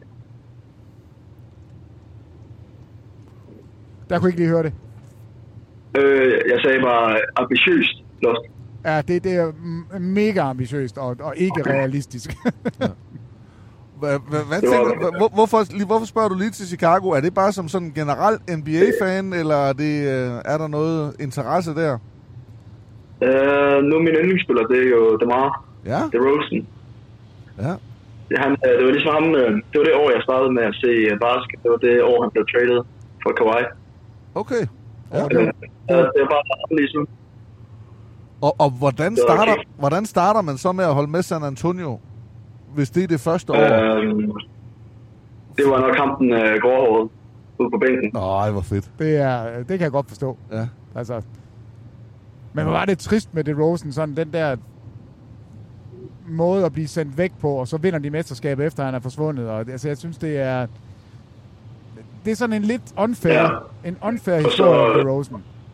Der kunne ikke lige høre det. Øh, jeg sagde bare ambitiøst loft. Ja, det, det er mega ambitiøst og, og ikke realistisk. Ja. Hvad, hvad, hvad tænker, hvor, hvorfor, hvorfor spørger du lige til Chicago? Er det bare som sådan en generel N B A-fan, eller er, det, er der noget interesse der? Uh, nu er min yndlingsspiller, det er jo DeMar ja. DeRozan. Ja. Det, han, det var ligesom ham, det var det år, jeg startede med at se basket. Det var det år, han blev traded for Kawhi. Okay. Ja, okay. Uh, det var bare ligesom. Og, og hvordan, starter, okay. hvordan starter man så med at holde med San Antonio, hvis det er det første år? Uh, det var nok kampen uh, gråhåret ude på bænken. Nej, hvor fedt. Det, er, det kan jeg godt forstå. Ja. Altså... Men hvor var det trist med DeRozan, sådan den der måde at blive sendt væk på, og så vinder de mesterskabet efter han er forsvundet. Og altså, jeg synes, det er det er sådan en lidt unfair, ja. en unfair historie om DeRozan.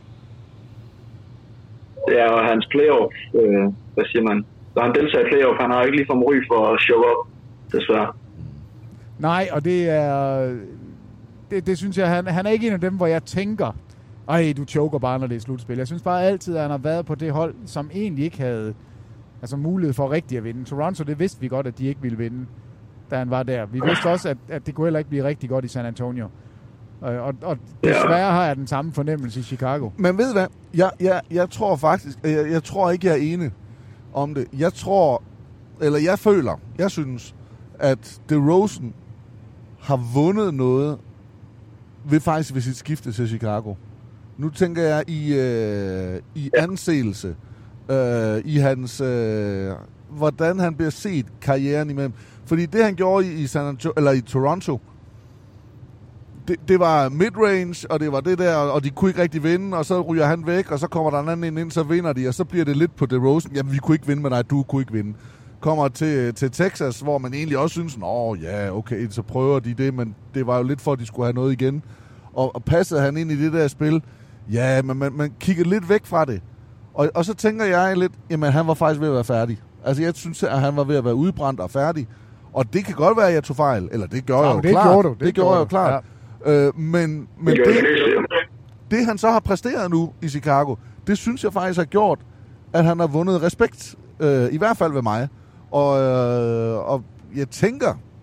Ja, og hans playoff, øh, hvad siger man? Så han deltager i playoff, han har ikke lige for ry for at show up, desværre. Nej, og det er det, det synes jeg, han, han er ikke en af dem, hvor jeg tænker, ej, du choker bare, når det er slutspil. Jeg synes bare altid, at han har været på det hold, som egentlig ikke havde altså, mulighed for rigtigt at vinde. Toronto, det vidste vi godt, at de ikke ville vinde, da han var der. Vi vidste også, at, at det kunne heller ikke blive rigtig godt i San Antonio. Og, og, og desværre har jeg den samme fornemmelse i Chicago. Men ved du hvad? Jeg, jeg, jeg tror faktisk, jeg, jeg tror ikke, jeg er enig om det. Jeg tror, eller jeg føler, jeg synes, at DeRozan har vundet noget ved faktisk ved sit skifte til Chicago. Nu tænker jeg i, øh, i anseelse, øh, i hans, øh, hvordan han bliver set karrieren imellem. Fordi det, han gjorde i, i, San Antonio, eller i Toronto, det, det var midrange, og det var det der, og de kunne ikke rigtig vinde, og så ryger han væk, og så kommer der en anden ind, så vinder de, og så bliver det lidt på DeRozan. Jamen, vi kunne ikke vinde med dig, du kunne ikke vinde. Kommer til, til Texas, hvor man egentlig også synes, åh ja, okay, så prøver de det, men det var jo lidt for, at de skulle have noget igen. Og, og passede han ind i det der spil, ja, men man, man kiggede lidt væk fra det. Og, og så tænker jeg lidt, jamen han var faktisk ved at være færdig. Altså jeg synes, at han var ved at være udbrændt og færdig. Og det kan godt være, at jeg tog fejl. Eller det gjorde ja, jeg jo det klart. Gjorde du. Det, det gjorde jeg jo klart. Ja. Øh, men men det, det, han så har præsteret nu i Chicago, det synes jeg faktisk har gjort, at han har vundet respekt. Øh, I hvert fald ved mig. Og, øh, og jeg tænker,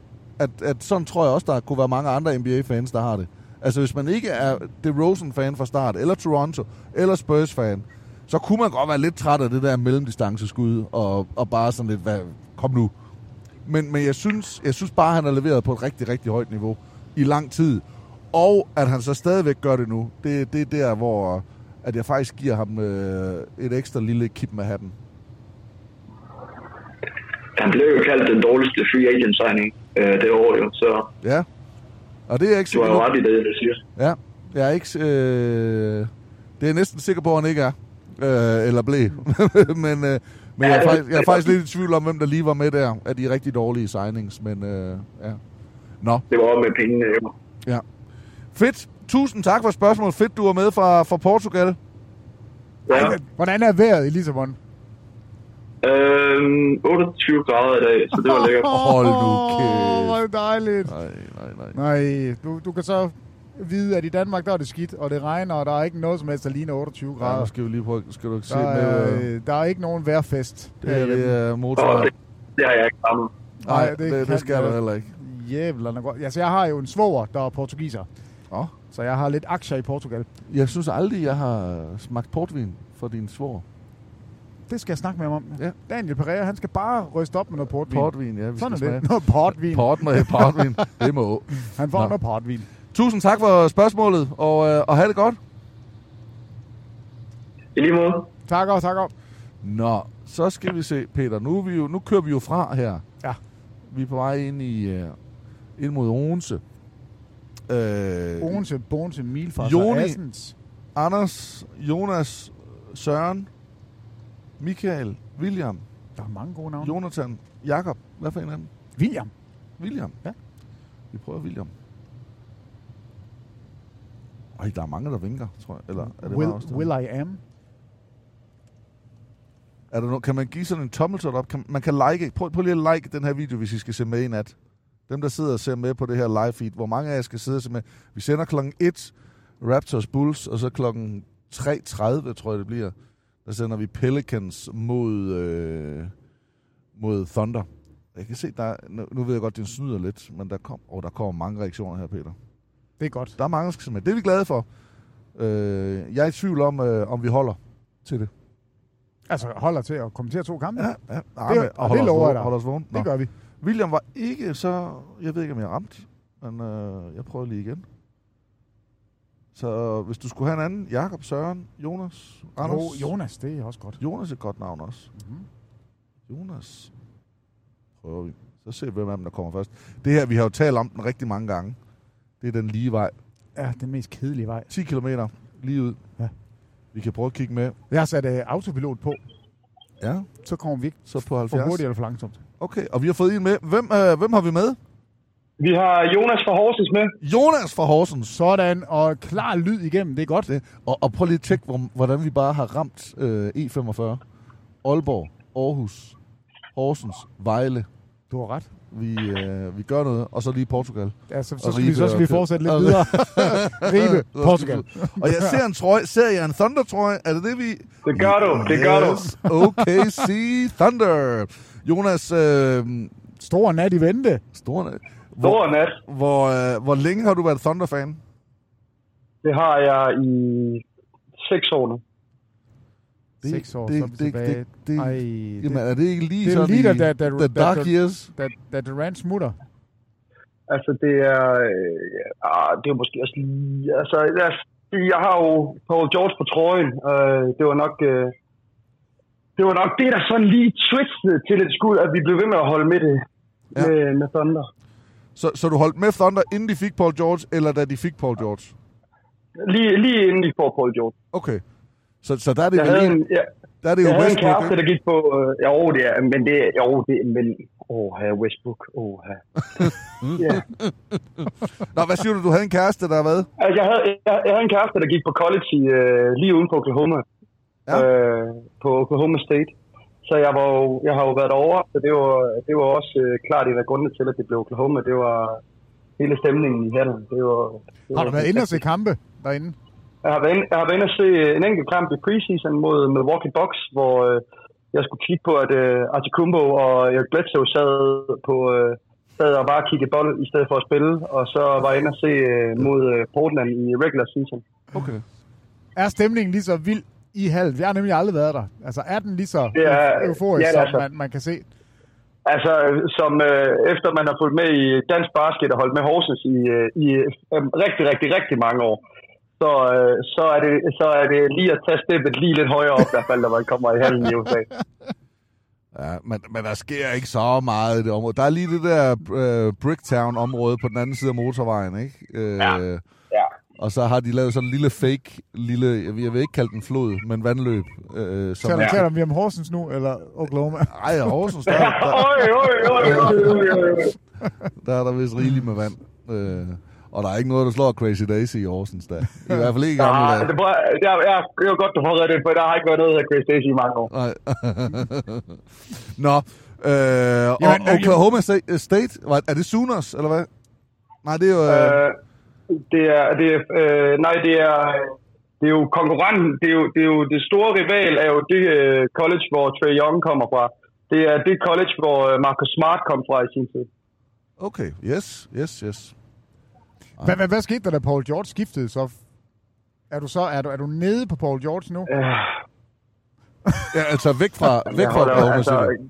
at, at sådan tror jeg også, der kunne være mange andre N B A-fans, der har det. Altså, hvis man ikke er DeRozan-fan fra start, eller Toronto, eller Spurs-fan, så kunne man godt være lidt træt af det der mellemdistanceskud, og, og bare sådan lidt, hvad, kom nu. Men, men jeg, synes, jeg synes bare, at han har leveret på et rigtig, rigtig højt niveau i lang tid. Og at han så stadigvæk gør det nu, det, det er der, hvor at jeg faktisk giver ham øh, et ekstra lille kip med hatten. Han blev jo kaldt den dårligste free agent signing øh, det år jo, så... Ja, og det er jeg ikke sikker på. Du har ret i det, du siger. Ja, jeg er ikke... Øh, det er jeg næsten sikker på, at han ikke er. Øh, eller blev. men øh, men jeg, er faktisk, jeg er faktisk lidt i tvivl om, hvem der lige var med der, af de rigtig dårlige signings, men øh, ja. Nå. Det var med pengene, jo. Ja. Fedt. Tusind tak for spørgsmålet. Fedt, du var med fra, fra Portugal. Ja. Ej, hvordan er vejret i Lissabon? Øhm, otteogtyve grader i dag, så det var lækkert. Hold nu kæft. Åh, hvor er det dejligt. Nej, nej, nej. Nej, du, du kan så vide, at i Danmark, der er det skidt, og det regner, og der er ikke noget som helst, der ligner otteogtyve grader. Ja, skal vi lige prøve, skal du ikke se der, med... Øh, der er ikke nogen vejrfest. Det er, det er motorvej. Oh, det, det har jeg ikke rammet. Nej, det, det, det skal der heller ikke. Jævlerne godt. Altså, jeg har jo en svoger, der er portugiser. Oh. Så jeg har lidt aktier i Portugal. Jeg synes aldrig, jeg har smagt portvin for din svoger. Det skal jeg snakke med ham om. Ja. Daniel Pereira, han skal bare ryste op med noget portvin. Portvin, ja. Vi Sådan er smage. det. Noget portvin. Port med portvin. Det må. Han får Nå. noget portvin. Tusind tak for spørgsmålet, og, øh, og have det godt. I lige måde. Tak og tak og. Nå, så skal vi se, Peter. Nu, er vi jo, nu kører vi jo fra her. Ja. Vi er på vej ind, i, uh, ind mod Odense. Øh, Odense, Bogense, Milfars Joni, og Assens. Anders, Jonas, Søren, Michael, William. Der er mange gode navne. Jonathan, Jakob. Hvad for en af dem? William. William? Ja. Vi prøver William. Ej, der er mange, der vinker, tror jeg. Eller er det Will, også, will I am? Er der no- kan man give sådan en tommeltot op? Kan, man kan like. Prøv, prøv lige at like den her video, hvis I skal se med i nat. Dem, der sidder og ser med på det her live feed. Hvor mange af jer skal sidde og se med? Vi sender klokken et Raptors Bulls, og så klokken tre tredive, tror jeg det bliver. Der sender vi Pelicans mod, øh, mod Thunder. Jeg kan se, der nu, nu ved jeg godt, den snyder lidt, men der, kom, oh, der kommer mange reaktioner her, Peter. Det er godt. Der er mange, der skal se med. Det er vi glade for. Øh, jeg er i tvivl om, øh, om vi holder til det. Altså holder til at kommentere to kampe? Ja, ja. Det, det, og det lover jeg dig. Holder os vågen. Det gør vi. William var ikke så... Jeg ved ikke, om jeg ramt, men øh, jeg prøver lige igen. Så hvis du skulle have en anden, Jakob, Søren, Jonas, Anders... Jo, Jonas, det er også godt. Jonas er et godt navn også. Mm-hmm. Jonas. Prøver vi. Så ser vi, hvem af dem, der kommer først. Det her, vi har jo talt om den rigtig mange gange. Det er den lige vej. Ja, den mest kedelige vej. ti kilometer lige ud. Ja. Vi kan prøve at kigge med. Jeg har sat uh, autopilot på. Ja. Så kommer vi ikke så på halvfjerds. For hurtigt eller for langsomt. Okay, og vi har fået en med. Hvem, øh, hvem har vi med? Vi har Jonas fra Horsens med. Jonas fra Horsens. Sådan, og klar lyd igennem, det er godt. Det. Og, og prøv lige at tjekke, hvordan vi bare har ramt øh, E femogfyrre. Aalborg, Aarhus, Horsens, Vejle. Du har ret. Vi, øh, vi gør noget, og så lige Portugal. Ja, så, så, skal, vi, så skal vi fortsætte lidt videre. Ribe, Portugal. Og jeg ser en trøje. Ser jeg en Thunder-trøje? Er det det, vi... Det gør du, det yes. gør du. O K C Thunder. Jonas... Øh, Stor nat i vente. Stor nat. Hvor, Stor nat. Hvor, øh, hvor længe har du været Thunder-fan? Det har jeg i seks år nu. Det, seks år, det, så det, tilbage. Det, det, Ej, jamen, er det ikke lige det sådan lige, i da, da, the dark da, years? Da, da Durant smutter. Altså, det er... Øh, det er måske også lige... Altså, jeg, jeg har jo Paul George på trøjen. Øh, det var nok... Øh, det var nok det, der sådan lige twistede til et skud, at vi blev ved med at holde med det ja. med, med Thunder. Så, så du holdt med Thunder, inden de fik Paul George, eller da de fik Paul George? Lige, lige inden de får Paul George. Okay. Så, så der er det jeg vel havde en, en, ja, der er det jeg jo havde Westbrook, en kæreste, der gik på... Øh, jo, det er, men det er... Jo, det er... Men... Åh, her Westbrook. Åh, her. Ja. Nå, hvad siger du? Du havde en kæreste, der hvad? Altså, jeg havde, jeg, jeg havde en kæreste, der gik på college i, øh, lige uden for Oklahoma. Ja. Øh, på Oklahoma State. Så jeg, var jo, jeg har jo været over, så det var, det var også øh, klart en af grundene til, at det blev Oklahoma. Det var hele stemningen i hallen. Det var, det har du var, været inde og se kampe derinde? Jeg har været inde, jeg har været inde og se en enkelt kamp i preseason mod Milwaukee Bucks, hvor øh, jeg skulle kigge på, at øh, Antetokounmpo og Eric Bledsoe sad på, øh, sad og bare kiggede bold i stedet for at spille, og så var jeg inde og se øh, mod øh, Portland i regular season. Okay. Er stemningen lige så vild i halv? Jeg har nemlig aldrig været der. Altså, er den lige så er, euforisk, ja, som altså, man, man kan se? Altså, som øh, efter man har fulgt med i dansk basket og holdt med Horsens i, øh, i øh, rigtig, rigtig, rigtig mange år, så, øh, så, er det, så er det lige at tage steppet lige lidt højere op, i hvert fald, når man kommer i hallen i U S A. Ja, men, men der sker ikke så meget i det område. Der er lige det der øh, Bricktown-område på den anden side af motorvejen, ikke? Øh, ja. Ja. Og så har de lavet sådan en lille fake, lille, jeg vil ikke kalde den flod, men vandløb. Øh, som Taler, taler vi om Horsens nu, eller Oklahoma? Nej, Horsens, der, der, der er der vist rigeligt med vand. Øh, og der er ikke noget, der slår Crazy Daisy i Horsens, der. I hvert fald ikke i gamle dage. Det er, ja, det er godt, du får reddet, for der har ikke været noget af Crazy Daisy i mange år. Nej. Nå, øh, og Oklahoma State, er det Sooners, eller hvad? Nej, det er jo... Øh, Det er, det er, øh, nej, det er, det er jo konkurrenten, det er jo, det er jo det store rival er jo det uh, college, hvor Trae Young kommer fra. Det er det college, hvor Marcus Smart kom fra i sin tid. Okay, yes, yes, yes. Hvad, hvad, hvad skete der, da Paul George skiftede så? Er du så, er du, er du nede på Paul George nu? Uh, ja, altså væk fra, væk fra Oklahoma altså, City.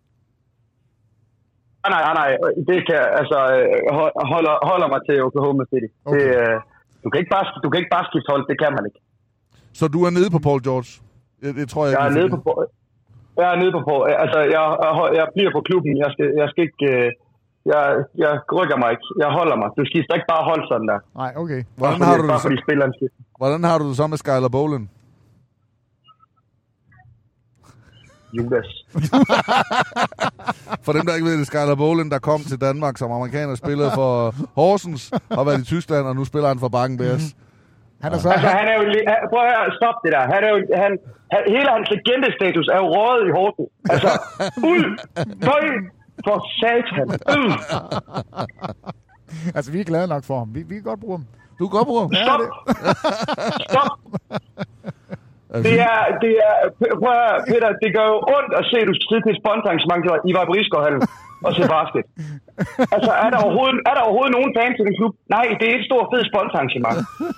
Nej, nej, nej, det kan, altså, holder, holder mig til Oklahoma City. Okay. Det, du, kan ikke bare, du kan ikke bare skifte hold, det kan man ikke. Så du er nede på Paul George? Det, det tror jeg, jeg er nede på, jeg er nede på Paul. Altså, jeg, jeg bliver på klubben. Jeg skal, jeg skal ikke, jeg, jeg rykker mig ikke. Jeg holder mig. Du skifter ikke bare hold sådan der. Nej, okay. Hvordan har, du det så, hvordan har du det så med Skyler Boland? Judas. For dem, der ikke ved det, Skyler Boland, der kom til Danmark som amerikaner, spillede for Horsens, har været i Tyskland, og nu spiller han for Bakken Bears. Han er så... Altså, han er jo... Prøv at høre, stop det der. Han er jo... Han, han, hele hans legendestatus er jo røget i Horsens. Altså, ud! Bøj! For satan! Ud! Altså, vi er glade nok for ham. Vi, vi kan godt bruge ham. Du kan godt bruge ham? Stop! Stop! Det er, det er, prøv at, Peter, det gør jo ondt at se, at du skrider til sponsorarrangement i Vejberidsgårdhallen og se basket. Altså, er der, overhovedet, er der overhovedet nogen fans i den klub? Nej, det er et stort, fedt sponsorarrangement.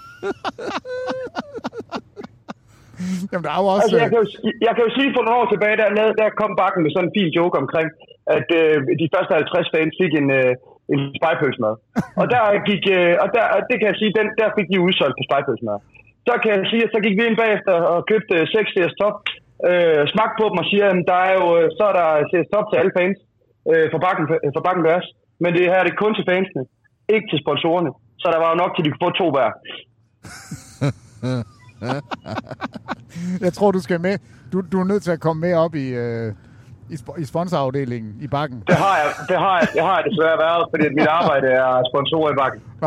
Jamen, der er jo også... Altså, jeg kan jo, jeg kan jo sige, for nogle år tilbage, der, der kom Bakken med sådan en fin joke omkring, at øh, de første halvtreds fans fik en, øh, en spejpølsemad. Og der gik, øh, og der, det kan jeg sige, den, der fik de udsolgt på spejpølsemad. Så kan jeg sige, at så gik vi ind bagefter og købte seks C S Top, øh, smagte på dem og siger, at der er jo, så er der C S Top til alle fans øh, for Bakken, for Bakken Bears. Men det her er det kun til fansene, ikke til sponsorerne. Så der var jo nok til, at de kunne få to hver. Jeg tror, du skal med. Du, du er nødt til at komme med op i, øh, i, sp- i sponsorafdelingen i Bakken. Det har jeg, det har jeg, det har jeg desværre været, fordi mit arbejde er sponsor i Bakken. Nå.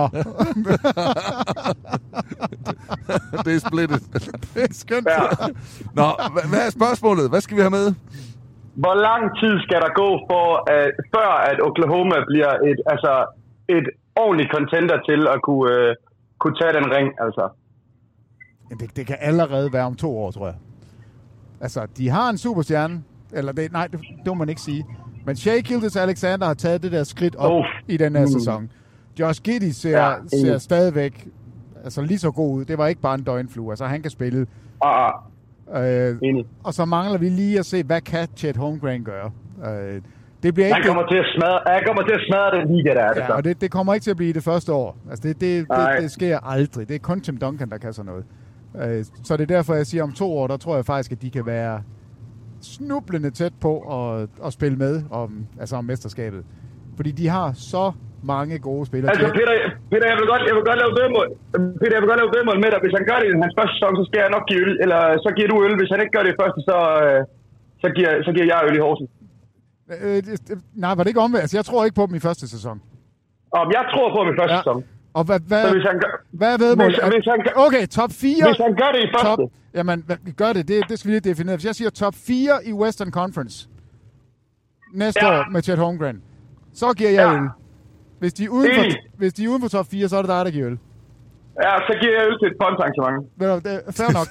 Det er splittet. Det er skønt. Ja. Nå, hvad er spørgsmålet? Hvad skal vi have med? Hvor lang tid skal der gå for, at, før at Oklahoma bliver et, altså, et ordentligt contender til at kunne, uh, kunne tage den ring? Altså? Det, det kan allerede være om to år, tror jeg. Altså, de har en superstjerne. Eller det, nej, det, det må man ikke sige. Men Shai Gilgeous-Alexander har taget det der skridt op uh. i den her mm. sæson. Josh Giddey ser, ja, ser stadigvæk altså, lige så god ud. Det var ikke bare en døgnflue. Altså, han kan spille. Ah, øh, og så mangler vi lige at se, hvad kan Chet Holmgren gøre. Øh, det bliver ikke han kommer, det... til at smadre, han kommer til at smadre den liga, der er det. Ja, og det, det kommer ikke til at blive det første år. Altså, det, det, det, det sker aldrig. Det er kun Tim Duncan, der kan sådan noget. Øh, så det er derfor, jeg siger, om to år, der tror jeg faktisk, at de kan være snublende tæt på at, at spille med om, altså om mesterskabet. Fordi de har så mange gode spillere. Altså Peter, Peter jeg, vil godt, jeg vil godt lave vedmål. Peter, jeg vil godt lave vedmål med dig. Hvis han gør det i hans første sæson, så skal jeg nok give øl. Eller så giver du øl. Hvis han ikke gør det i første, så, så, giver, så giver jeg øl i Horsens. Øh, nej, var det ikke omvendt? Altså jeg tror ikke på dem i første sæson. Om jeg tror på dem i første ja. sæson. Og hvad, hvad, så hvis han gør, hvad er vedmål? Hvis, hvis han gør, okay, top fire. Hvis han gør det i første. Top, jamen, gør det. det. Det skal vi lige definere. Hvis jeg siger top fire i Western Conference næste ja. år med Chet Holmgren, så giver jeg ja. øl. Hvis de, er uden for, hvis de er uden for top fire, så er det dig, der giver øl. Ja, så giver jeg øl til et sponsorarrangement. Det er fair nok.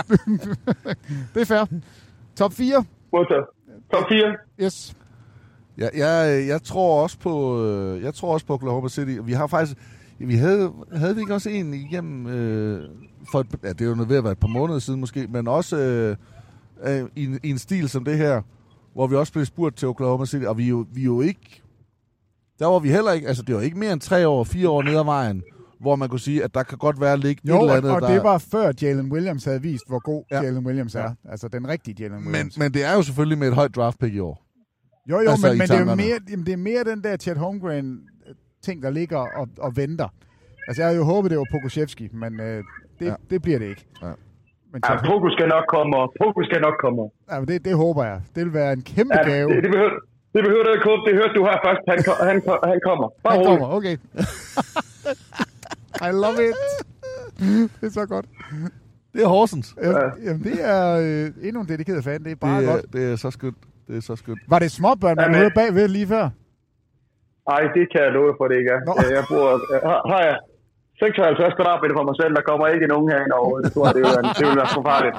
Det er fair. Top fire. Top fire. Yes. Ja, jeg, jeg tror også på jeg tror også på Oklahoma City. Vi har faktisk vi havde havde vi ikke også en igennem øh, for et, ja, det er jo ved at være et par måneder siden måske, men også øh, øh, i, en, i en stil som det her, hvor vi også blev spurgt til Oklahoma City, og vi er jo vi er jo ikke der var vi heller ikke, altså det var ikke mere end tre år, fire år ned ad vejen, hvor man kunne sige, at der kan godt være ligge jo, et eller andet, og der... det var før Jalen Williams havde vist, hvor god ja. Jalen Williams er. Ja. Altså den rigtige Jalen Williams. Men, men det er jo selvfølgelig med et højt draft pick i år. Jo, jo, altså, men, men det, er jo tankerne. mere, jamen, det er mere den der Chet Holmgren-ting, der ligger og, og venter. Altså, jeg havde jo håbet, det var Pokusevski, men øh, det, ja. det bliver det ikke. Ja. Men ja, Pokus skal nok komme, og Pokus skal nok komme. Ja, men det, det håber jeg. Det vil være en kæmpe ja, gave. Det, det, behøver, det behøver du ikke håbe. Det hørte du her først. Han, han, han kommer. Bare han roligt. kommer, okay. I love it. Det er så godt. Det er Horsens. Jamen, jamen det er øh, endnu en dedikeret fan. Det er bare det er, godt. Det er så skønt. Det er så skønt. Var det småbørn, man hørte bagved lige før? Nej, det kan jeg love for, det ikke er. Nå. Jeg bruger, har, har jeg seksoghalvtreds kvadratmeter for mig selv, der kommer ikke nogen herinde over. Det tror jeg, det vil være, det vil være forfarligt.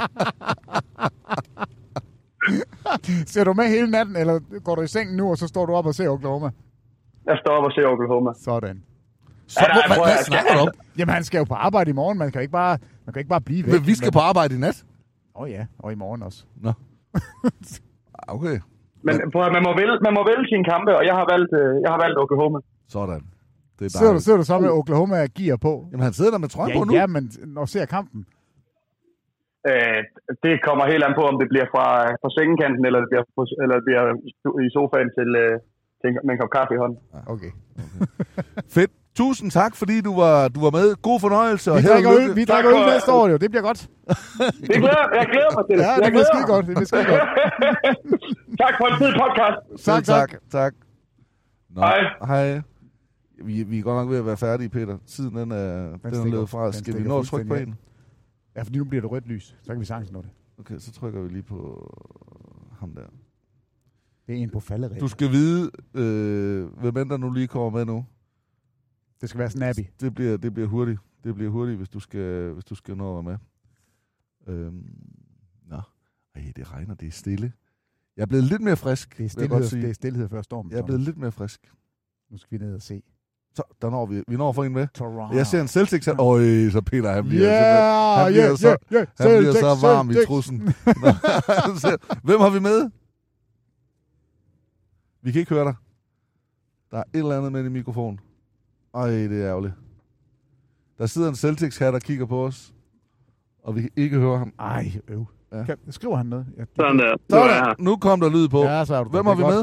Ser du med hele natten, eller går du i sengen nu, og så står du op og ser Oklahoma? Jeg står op og ser Oklahoma. Sådan. Så, ja, hvad, hvad snakker du om? Jamen, han skal jo på arbejde i morgen. Man kan ikke bare, man kan ikke bare blive væk. Men vi skal men... på arbejde i nat? Åh oh, ja, og i morgen også. Nå. Okay. Men prøv, man, må vælge, man må vælge sine kampe, og jeg har valgt, jeg har valgt Oklahoma. Sådan. Det er sidder, du, sidder du så med Oklahoma gear på? Jamen, han sidder der med trøjen ja, på nu. Ja, men når ser kampen? Øh, det kommer helt an på, om det bliver fra, fra sengekanten, eller det bliver, eller det bliver i sofaen til, til med en kop kaffe i hånden. Okay. okay. Fedt. Tusind tak, fordi du var, du var med. God fornøjelse. Vi drikker øl, vi drikker øl næste år, jo. Det bliver godt. Det glæder, jeg glæder mig til det. Ja, det bliver skide godt. Det bliver skide godt. Tak for en fed podcast. Tak, tak. tak. tak. Nå, hej. Hej. Vi, vi er godt nok ved at være færdige, Peter. Tiden den er, den den er løbet fra. Skal vi nå at trykke på en? Ja, fordi nu bliver det rødt lys. Så kan vi sagtens nå det. Okay, så trykker vi lige på ham der. Det er en på falderæb. Du skal vide, øh, hvem end der nu lige kommer med nu. Det skal være snappy. Det bliver, det bliver hurtigt. Det bliver hurtigt, hvis du skal, hvis du skal nå at være med. Øhm, nå. Ej, det regner, det er stille. Jeg er blevet lidt mere frisk. Det er stillhed, det er stillhed før stormen. Jeg er blevet lidt mere frisk. Nu skal vi ned og se. Så, der når vi. Vi når at få en med. Toronto. Jeg ser en Celtics. Øj, så Peter, han bliver, yeah, han bliver, yeah, så, yeah, yeah. han bliver Celtics, så varm Celtics. i trussen. Hvem har vi med? Vi kan ikke høre dig. Der er et eller andet med i mikrofonen. Ej, det er ærgerligt. Der sidder en Celtics-hat og kigger på os, og vi kan ikke høre ham. Ej, øv. Ja. Kan, skriver han noget? Ja. Sådan der. Sådan, nu kom der lyd på. Ja, så er du Hvem har vi godt. med?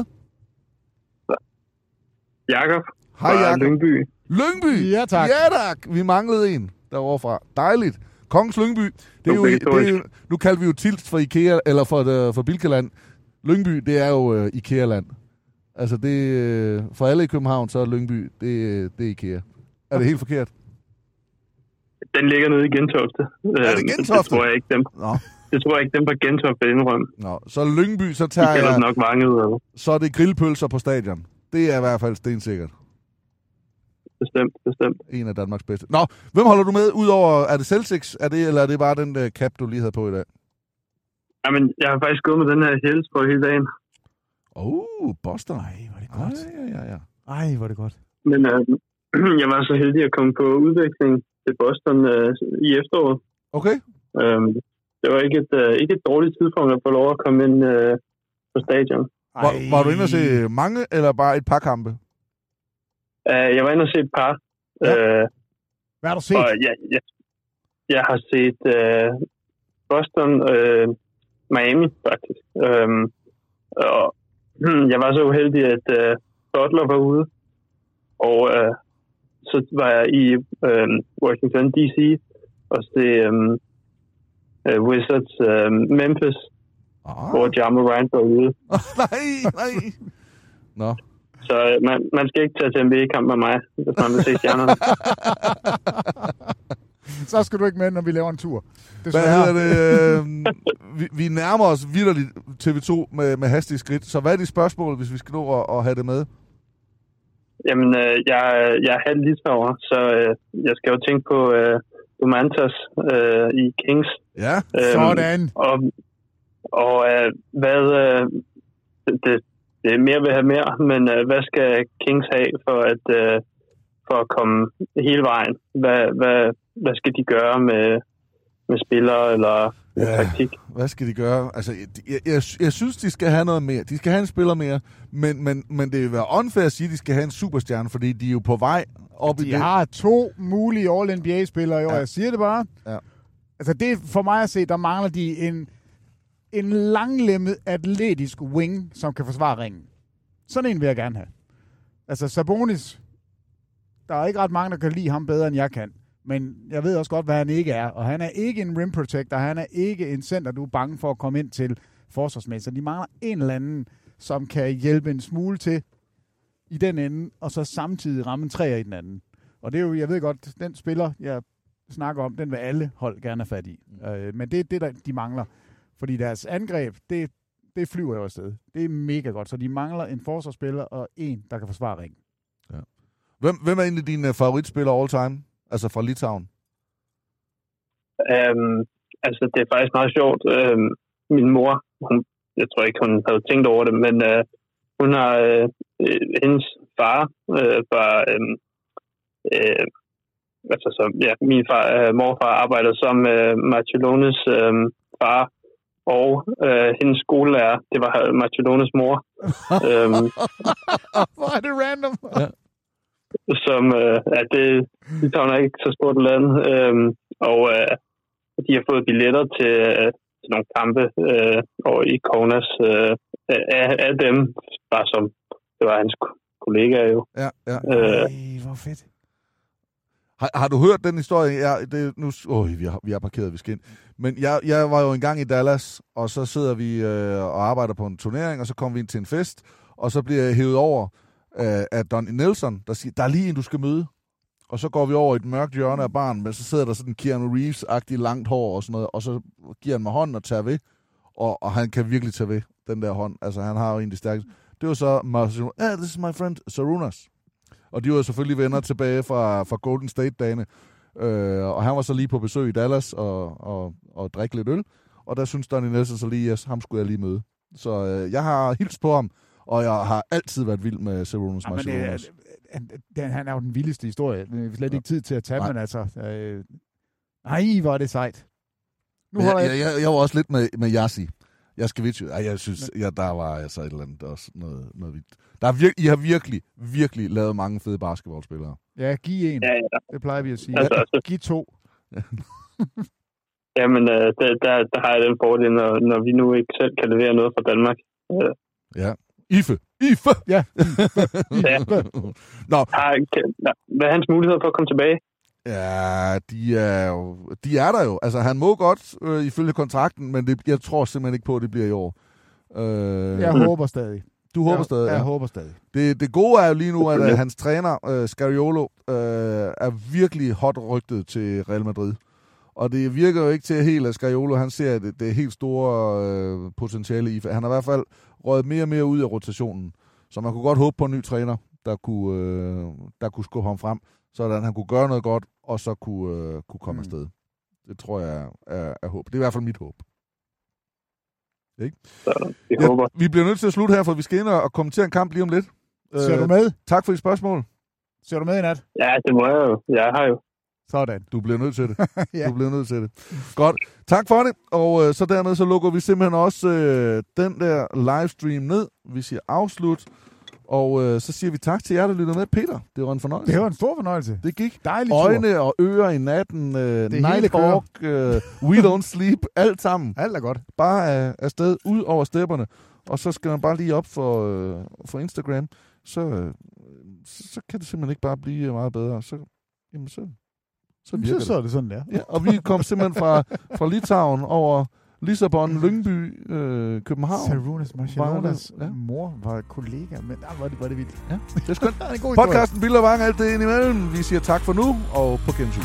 Jakob. Hej, Jakob. Lyngby. Lyngby? Ja, tak. Ja, tak. Vi manglede en derovre fra. Dejligt. Kongens Lyngby. Det er jo, det er jo, nu kalder vi jo Tilst for IKEA, eller for, uh, for Bilkaland. Lyngby, det er jo uh, IKEA-land. Altså, det, for alle i København, så er Lyngby, det, det er IKEA. Er det helt forkert? Den ligger nede i Gentofte. Er det Gentofte? Det tror jeg ikke dem. Nå. Det tror jeg ikke dem fra Gentofte indrømme. Nå, så Lyngby, så tager De jeg... nok vanget, eller? Så er det grillpølser på stadion. Det er i hvert fald stensikkert. Bestemt, bestemt. En af Danmarks bedste. Nå, hvem holder du med udover... Er det Celtics, er det, eller er det bare den uh, cap, du lige havde på i dag? Jamen, jeg har faktisk gået med den her Hells på hele dagen. Oh, Boston. Ej, var det godt. Ej, ja, ja, ja. Ej, var det godt. Men øh, jeg var så heldig at komme på udveksling til Boston øh, i efteråret. Okay. Øhm, det var ikke et, øh, ikke et dårligt tidspunkt at få lov at komme ind øh, på stadion. Var, var du inde og se mange, eller bare et par kampe? Uh, jeg var inde og se et par. Ja. Uh, Hvad har du set? Og jeg, jeg, jeg har set uh, Boston, uh, Miami faktisk. Um, og jeg var så uheldig, at uh, Butler var ude. Og uh, så var jeg i uh, Washington D C og se um, uh, Wizards uh, Memphis, ah. hvor Ja Morant var ude. nej, nej. Nå. Så man, man skal ikke tage til en N B A-kamp med mig, hvis man vil se stjernerne. Så skal du ikke med, når vi laver en tur. Det hvad hedder det? Øh, vi, vi nærmer os vitterligt T V to med, med hastige skridt. Så hvad er de spørgsmål, hvis vi skal nå at, at have det med? Jamen, øh, jeg, jeg er halv litauer, så øh, jeg skal jo tænke på øh, Domantas øh, i Kings. Ja, øhm, sådan. Og, og øh, hvad... Øh, det, det det er mere vil have mere, men øh, hvad skal Kings have for at, øh, for at komme hele vejen? Hvad, hvad, hvad skal de gøre med, med spillere eller med ja, taktik? Hvad skal de gøre? Altså, jeg, jeg, jeg synes, de skal have noget mere. De skal have en spiller mere, men, men, men det vil være unfair at sige, at de skal have en superstjerne, fordi de er jo på vej op de i det. De har to mulige All-N B A-spillere i år, ja. Jeg siger det bare. Ja. Altså, det for mig at se, der mangler de en, en langlemmet atletisk wing, som kan forsvare ringen. Sådan en vil jeg gerne have. Altså, Sabonis, der er ikke ret mange, der kan lide ham bedre, end jeg kan. Men jeg ved også godt, hvad han ikke er. Og han er ikke en rim protector. Han er ikke en center, du er bange for at komme ind til forsvarsmæssigt. De mangler en eller anden, som kan hjælpe en smule til i den ende, og så samtidig ramme en træer i den anden. Og det er jo, jeg ved godt, den spiller, jeg snakker om, den vil alle hold gerne have fat i. Mm. Øh, men det er det, der de mangler. Fordi deres angreb, det, det flyver jo afsted. Det er mega godt. Så de mangler en forsvarsspiller og en, der kan forsvare ringen. Ja. Hvem, hvem er egentlig din uh, favoritspiller all time? Altså fra Litauen? Um, altså, det er faktisk meget sjovt. Um, min mor, hun, jeg tror ikke, hun havde tænkt over det, men uh, hun har uh, hendes far uh, var... Um, uh, altså, så, ja, min far, uh, morfar arbejdede som uh, Marcellones um, far, og uh, hendes skolelærer, det var Marcellones mor. um, Hvor er det random? Ja. Som øh, at det, det tager ikke så stort land, øhm, og øh, de har fået billetter til, øh, til nogle kampe øh, over i Kaunas øh, af, af dem, bare som det var hans kollegaer jo. Ja, ja. Øh, Ej, hvor fedt. Har, har du hørt den historie? Ja, det, nu, åh, vi, har, vi har parkeret, vi skal ind. Men jeg, jeg var jo engang i Dallas, og så sidder vi øh, og arbejder på en turnering, og så kommer vi ind til en fest, og så bliver jeg hævet over af Donnie Nelson, der siger, der er lige en, du skal møde. Og så går vi over i et mørkt hjørne af baren, men så sidder der sådan en Keanu Reeves-agtig langt hår og sådan noget, og så giver han mig hånden og tager ved, og, og han kan virkelig tage ved, den der hånd. Altså, han har jo en af de stærkeste. Det var så, Marcelo, yeah, this is my friend Sarunas. Og de var selvfølgelig venner tilbage fra, fra Golden State-dagene, øh, og han var så lige på besøg i Dallas og, og, og drikke lidt øl, og der synes Donnie Nelson så lige, yes, ham skulle jeg lige møde. Så øh, jeg har hilst på ham, og jeg har altid været vild med Sarunas ja, Marcellonis. Han, han er jo den vildeste historie. Vi har slet ja. ikke tid til at tage, Nej. men altså... Øh, ej, hvor er det sejt. Nu jeg, jeg, jeg, jeg var også lidt med, med Yassi. Jeg skal vide, ej, jeg synes, ja, der var altså et eller andet også noget, noget vildt. Der er vir- I har virkelig, virkelig lavet mange fede basketballspillere. Ja, giv en. Ja, ja. Det plejer vi at sige. Altså, altså. Giv to. Jamen, øh, der, der, der har jeg den fordel, når, når vi nu ikke selv kan levere noget fra Danmark. Øh. Ja. Ife! Ife! Ja. ja. Nå. Har, kan, hvad er hans muligheder for at komme tilbage? Ja, de er jo, de er der jo. Altså, han må godt øh, ifølge kontrakten, men det, jeg tror simpelthen ikke på, at det bliver i år. Øh, jeg håber stadig. Du håber jeg, stadig? Jeg ja. håber stadig. Det, det gode er jo lige nu, at uh, hans træner, uh, Scariolo, uh, er virkelig hot rygtet til Real Madrid. Og det virker jo ikke til helt, at Scariolo, han ser det, det helt store uh, potentiale i. Han har i hvert fald røget mere og mere ud af rotationen. Så man kunne godt håbe på en ny træner, der kunne, uh, der kunne skubbe ham frem, så han kunne gøre noget godt, og så kunne, uh, kunne komme mm. afsted. Det tror jeg er, er, er håb. Det er i hvert fald mit håb. Ikke? Så, jeg håber. Ja, vi bliver nødt til at slutte her, for vi skal ind og kommentere en kamp lige om lidt. Ser uh, du med? Tak for dit spørgsmål. Ser du med i nat? Ja, det må jeg jo. Jeg har jo. Sådan. Du bliver nødt til det. ja. Du bliver nødt til det. Godt. Tak for det. Og øh, så dermed så lukker vi simpelthen også øh, den der livestream ned. Vi siger afslut. Og øh, så siger vi tak til jer, der lytter med. Peter, det var en fornøjelse. Det var en stor fornøjelse. Det gik. Dejligt. Øjne og ører i natten. Øh, Nighthawk. Øh, We Don't Sleep. Alt sammen. Alt er godt. Bare af, afsted ud over stepperne. Og så skal man bare lige op for, øh, for Instagram. Så, øh, så kan det simpelthen ikke bare blive meget bedre. Så, jamen så... Så, så, så er det sådan der. Ja, og vi kom simpelthen fra, fra Litauen over Lissabon, Lyngby, øh, København. Sarunas Marcellonas ja. mor var kollega, men der var det, var det vildt. Ja, det er skønt. Podcasten Billeder Vang, alt det indimellem. Vi siger tak for nu, og på gensyn.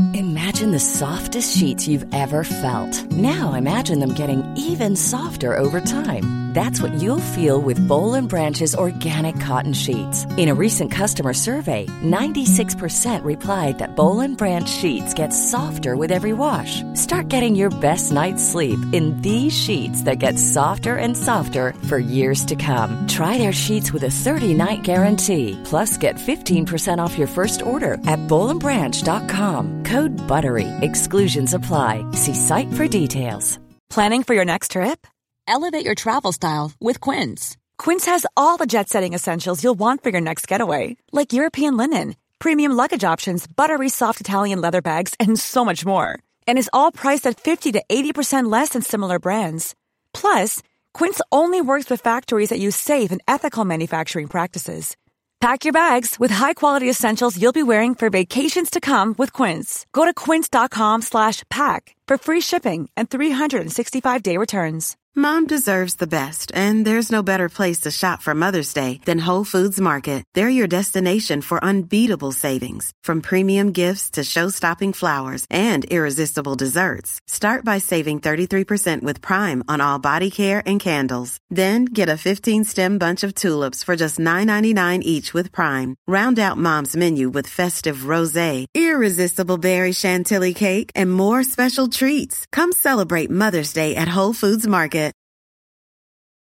Imagine the softest sheets you've ever felt. Now imagine them getting even softer over time. That's what you'll feel with Boll and Branch's organic cotton sheets. In a recent customer survey, ninety-six percent replied that Boll and Branch sheets get softer with every wash. Start getting your best night's sleep in these sheets that get softer and softer for years to come. Try their sheets with a thirty-night guarantee. Plus, get fifteen percent off your first order at boll and branch dot com. Code BUTTERY. Exclusions apply. See site for details. Planning for your next trip? Elevate your travel style with Quince. Quince has all the jet-setting essentials you'll want for your next getaway, like European linen, premium luggage options, buttery soft Italian leather bags, and so much more. And is all priced at fifty to eighty percent less than similar brands. Plus, Quince only works with factories that use safe and ethical manufacturing practices. Pack your bags with high-quality essentials you'll be wearing for vacations to come with Quince. Go to quince.com slash pack for free shipping and three sixty-five day returns. Mom deserves the best, and there's no better place to shop for Mother's Day than Whole Foods Market. They're your destination for unbeatable savings, from premium gifts to show-stopping flowers and irresistible desserts. Start by saving thirty-three percent with Prime on all body care and candles. Then get a fifteen-stem bunch of tulips for just nine ninety-nine each with Prime. Round out Mom's menu with festive rosé, irresistible berry chantilly cake, and more special treats. Come celebrate Mother's Day at Whole Foods Market.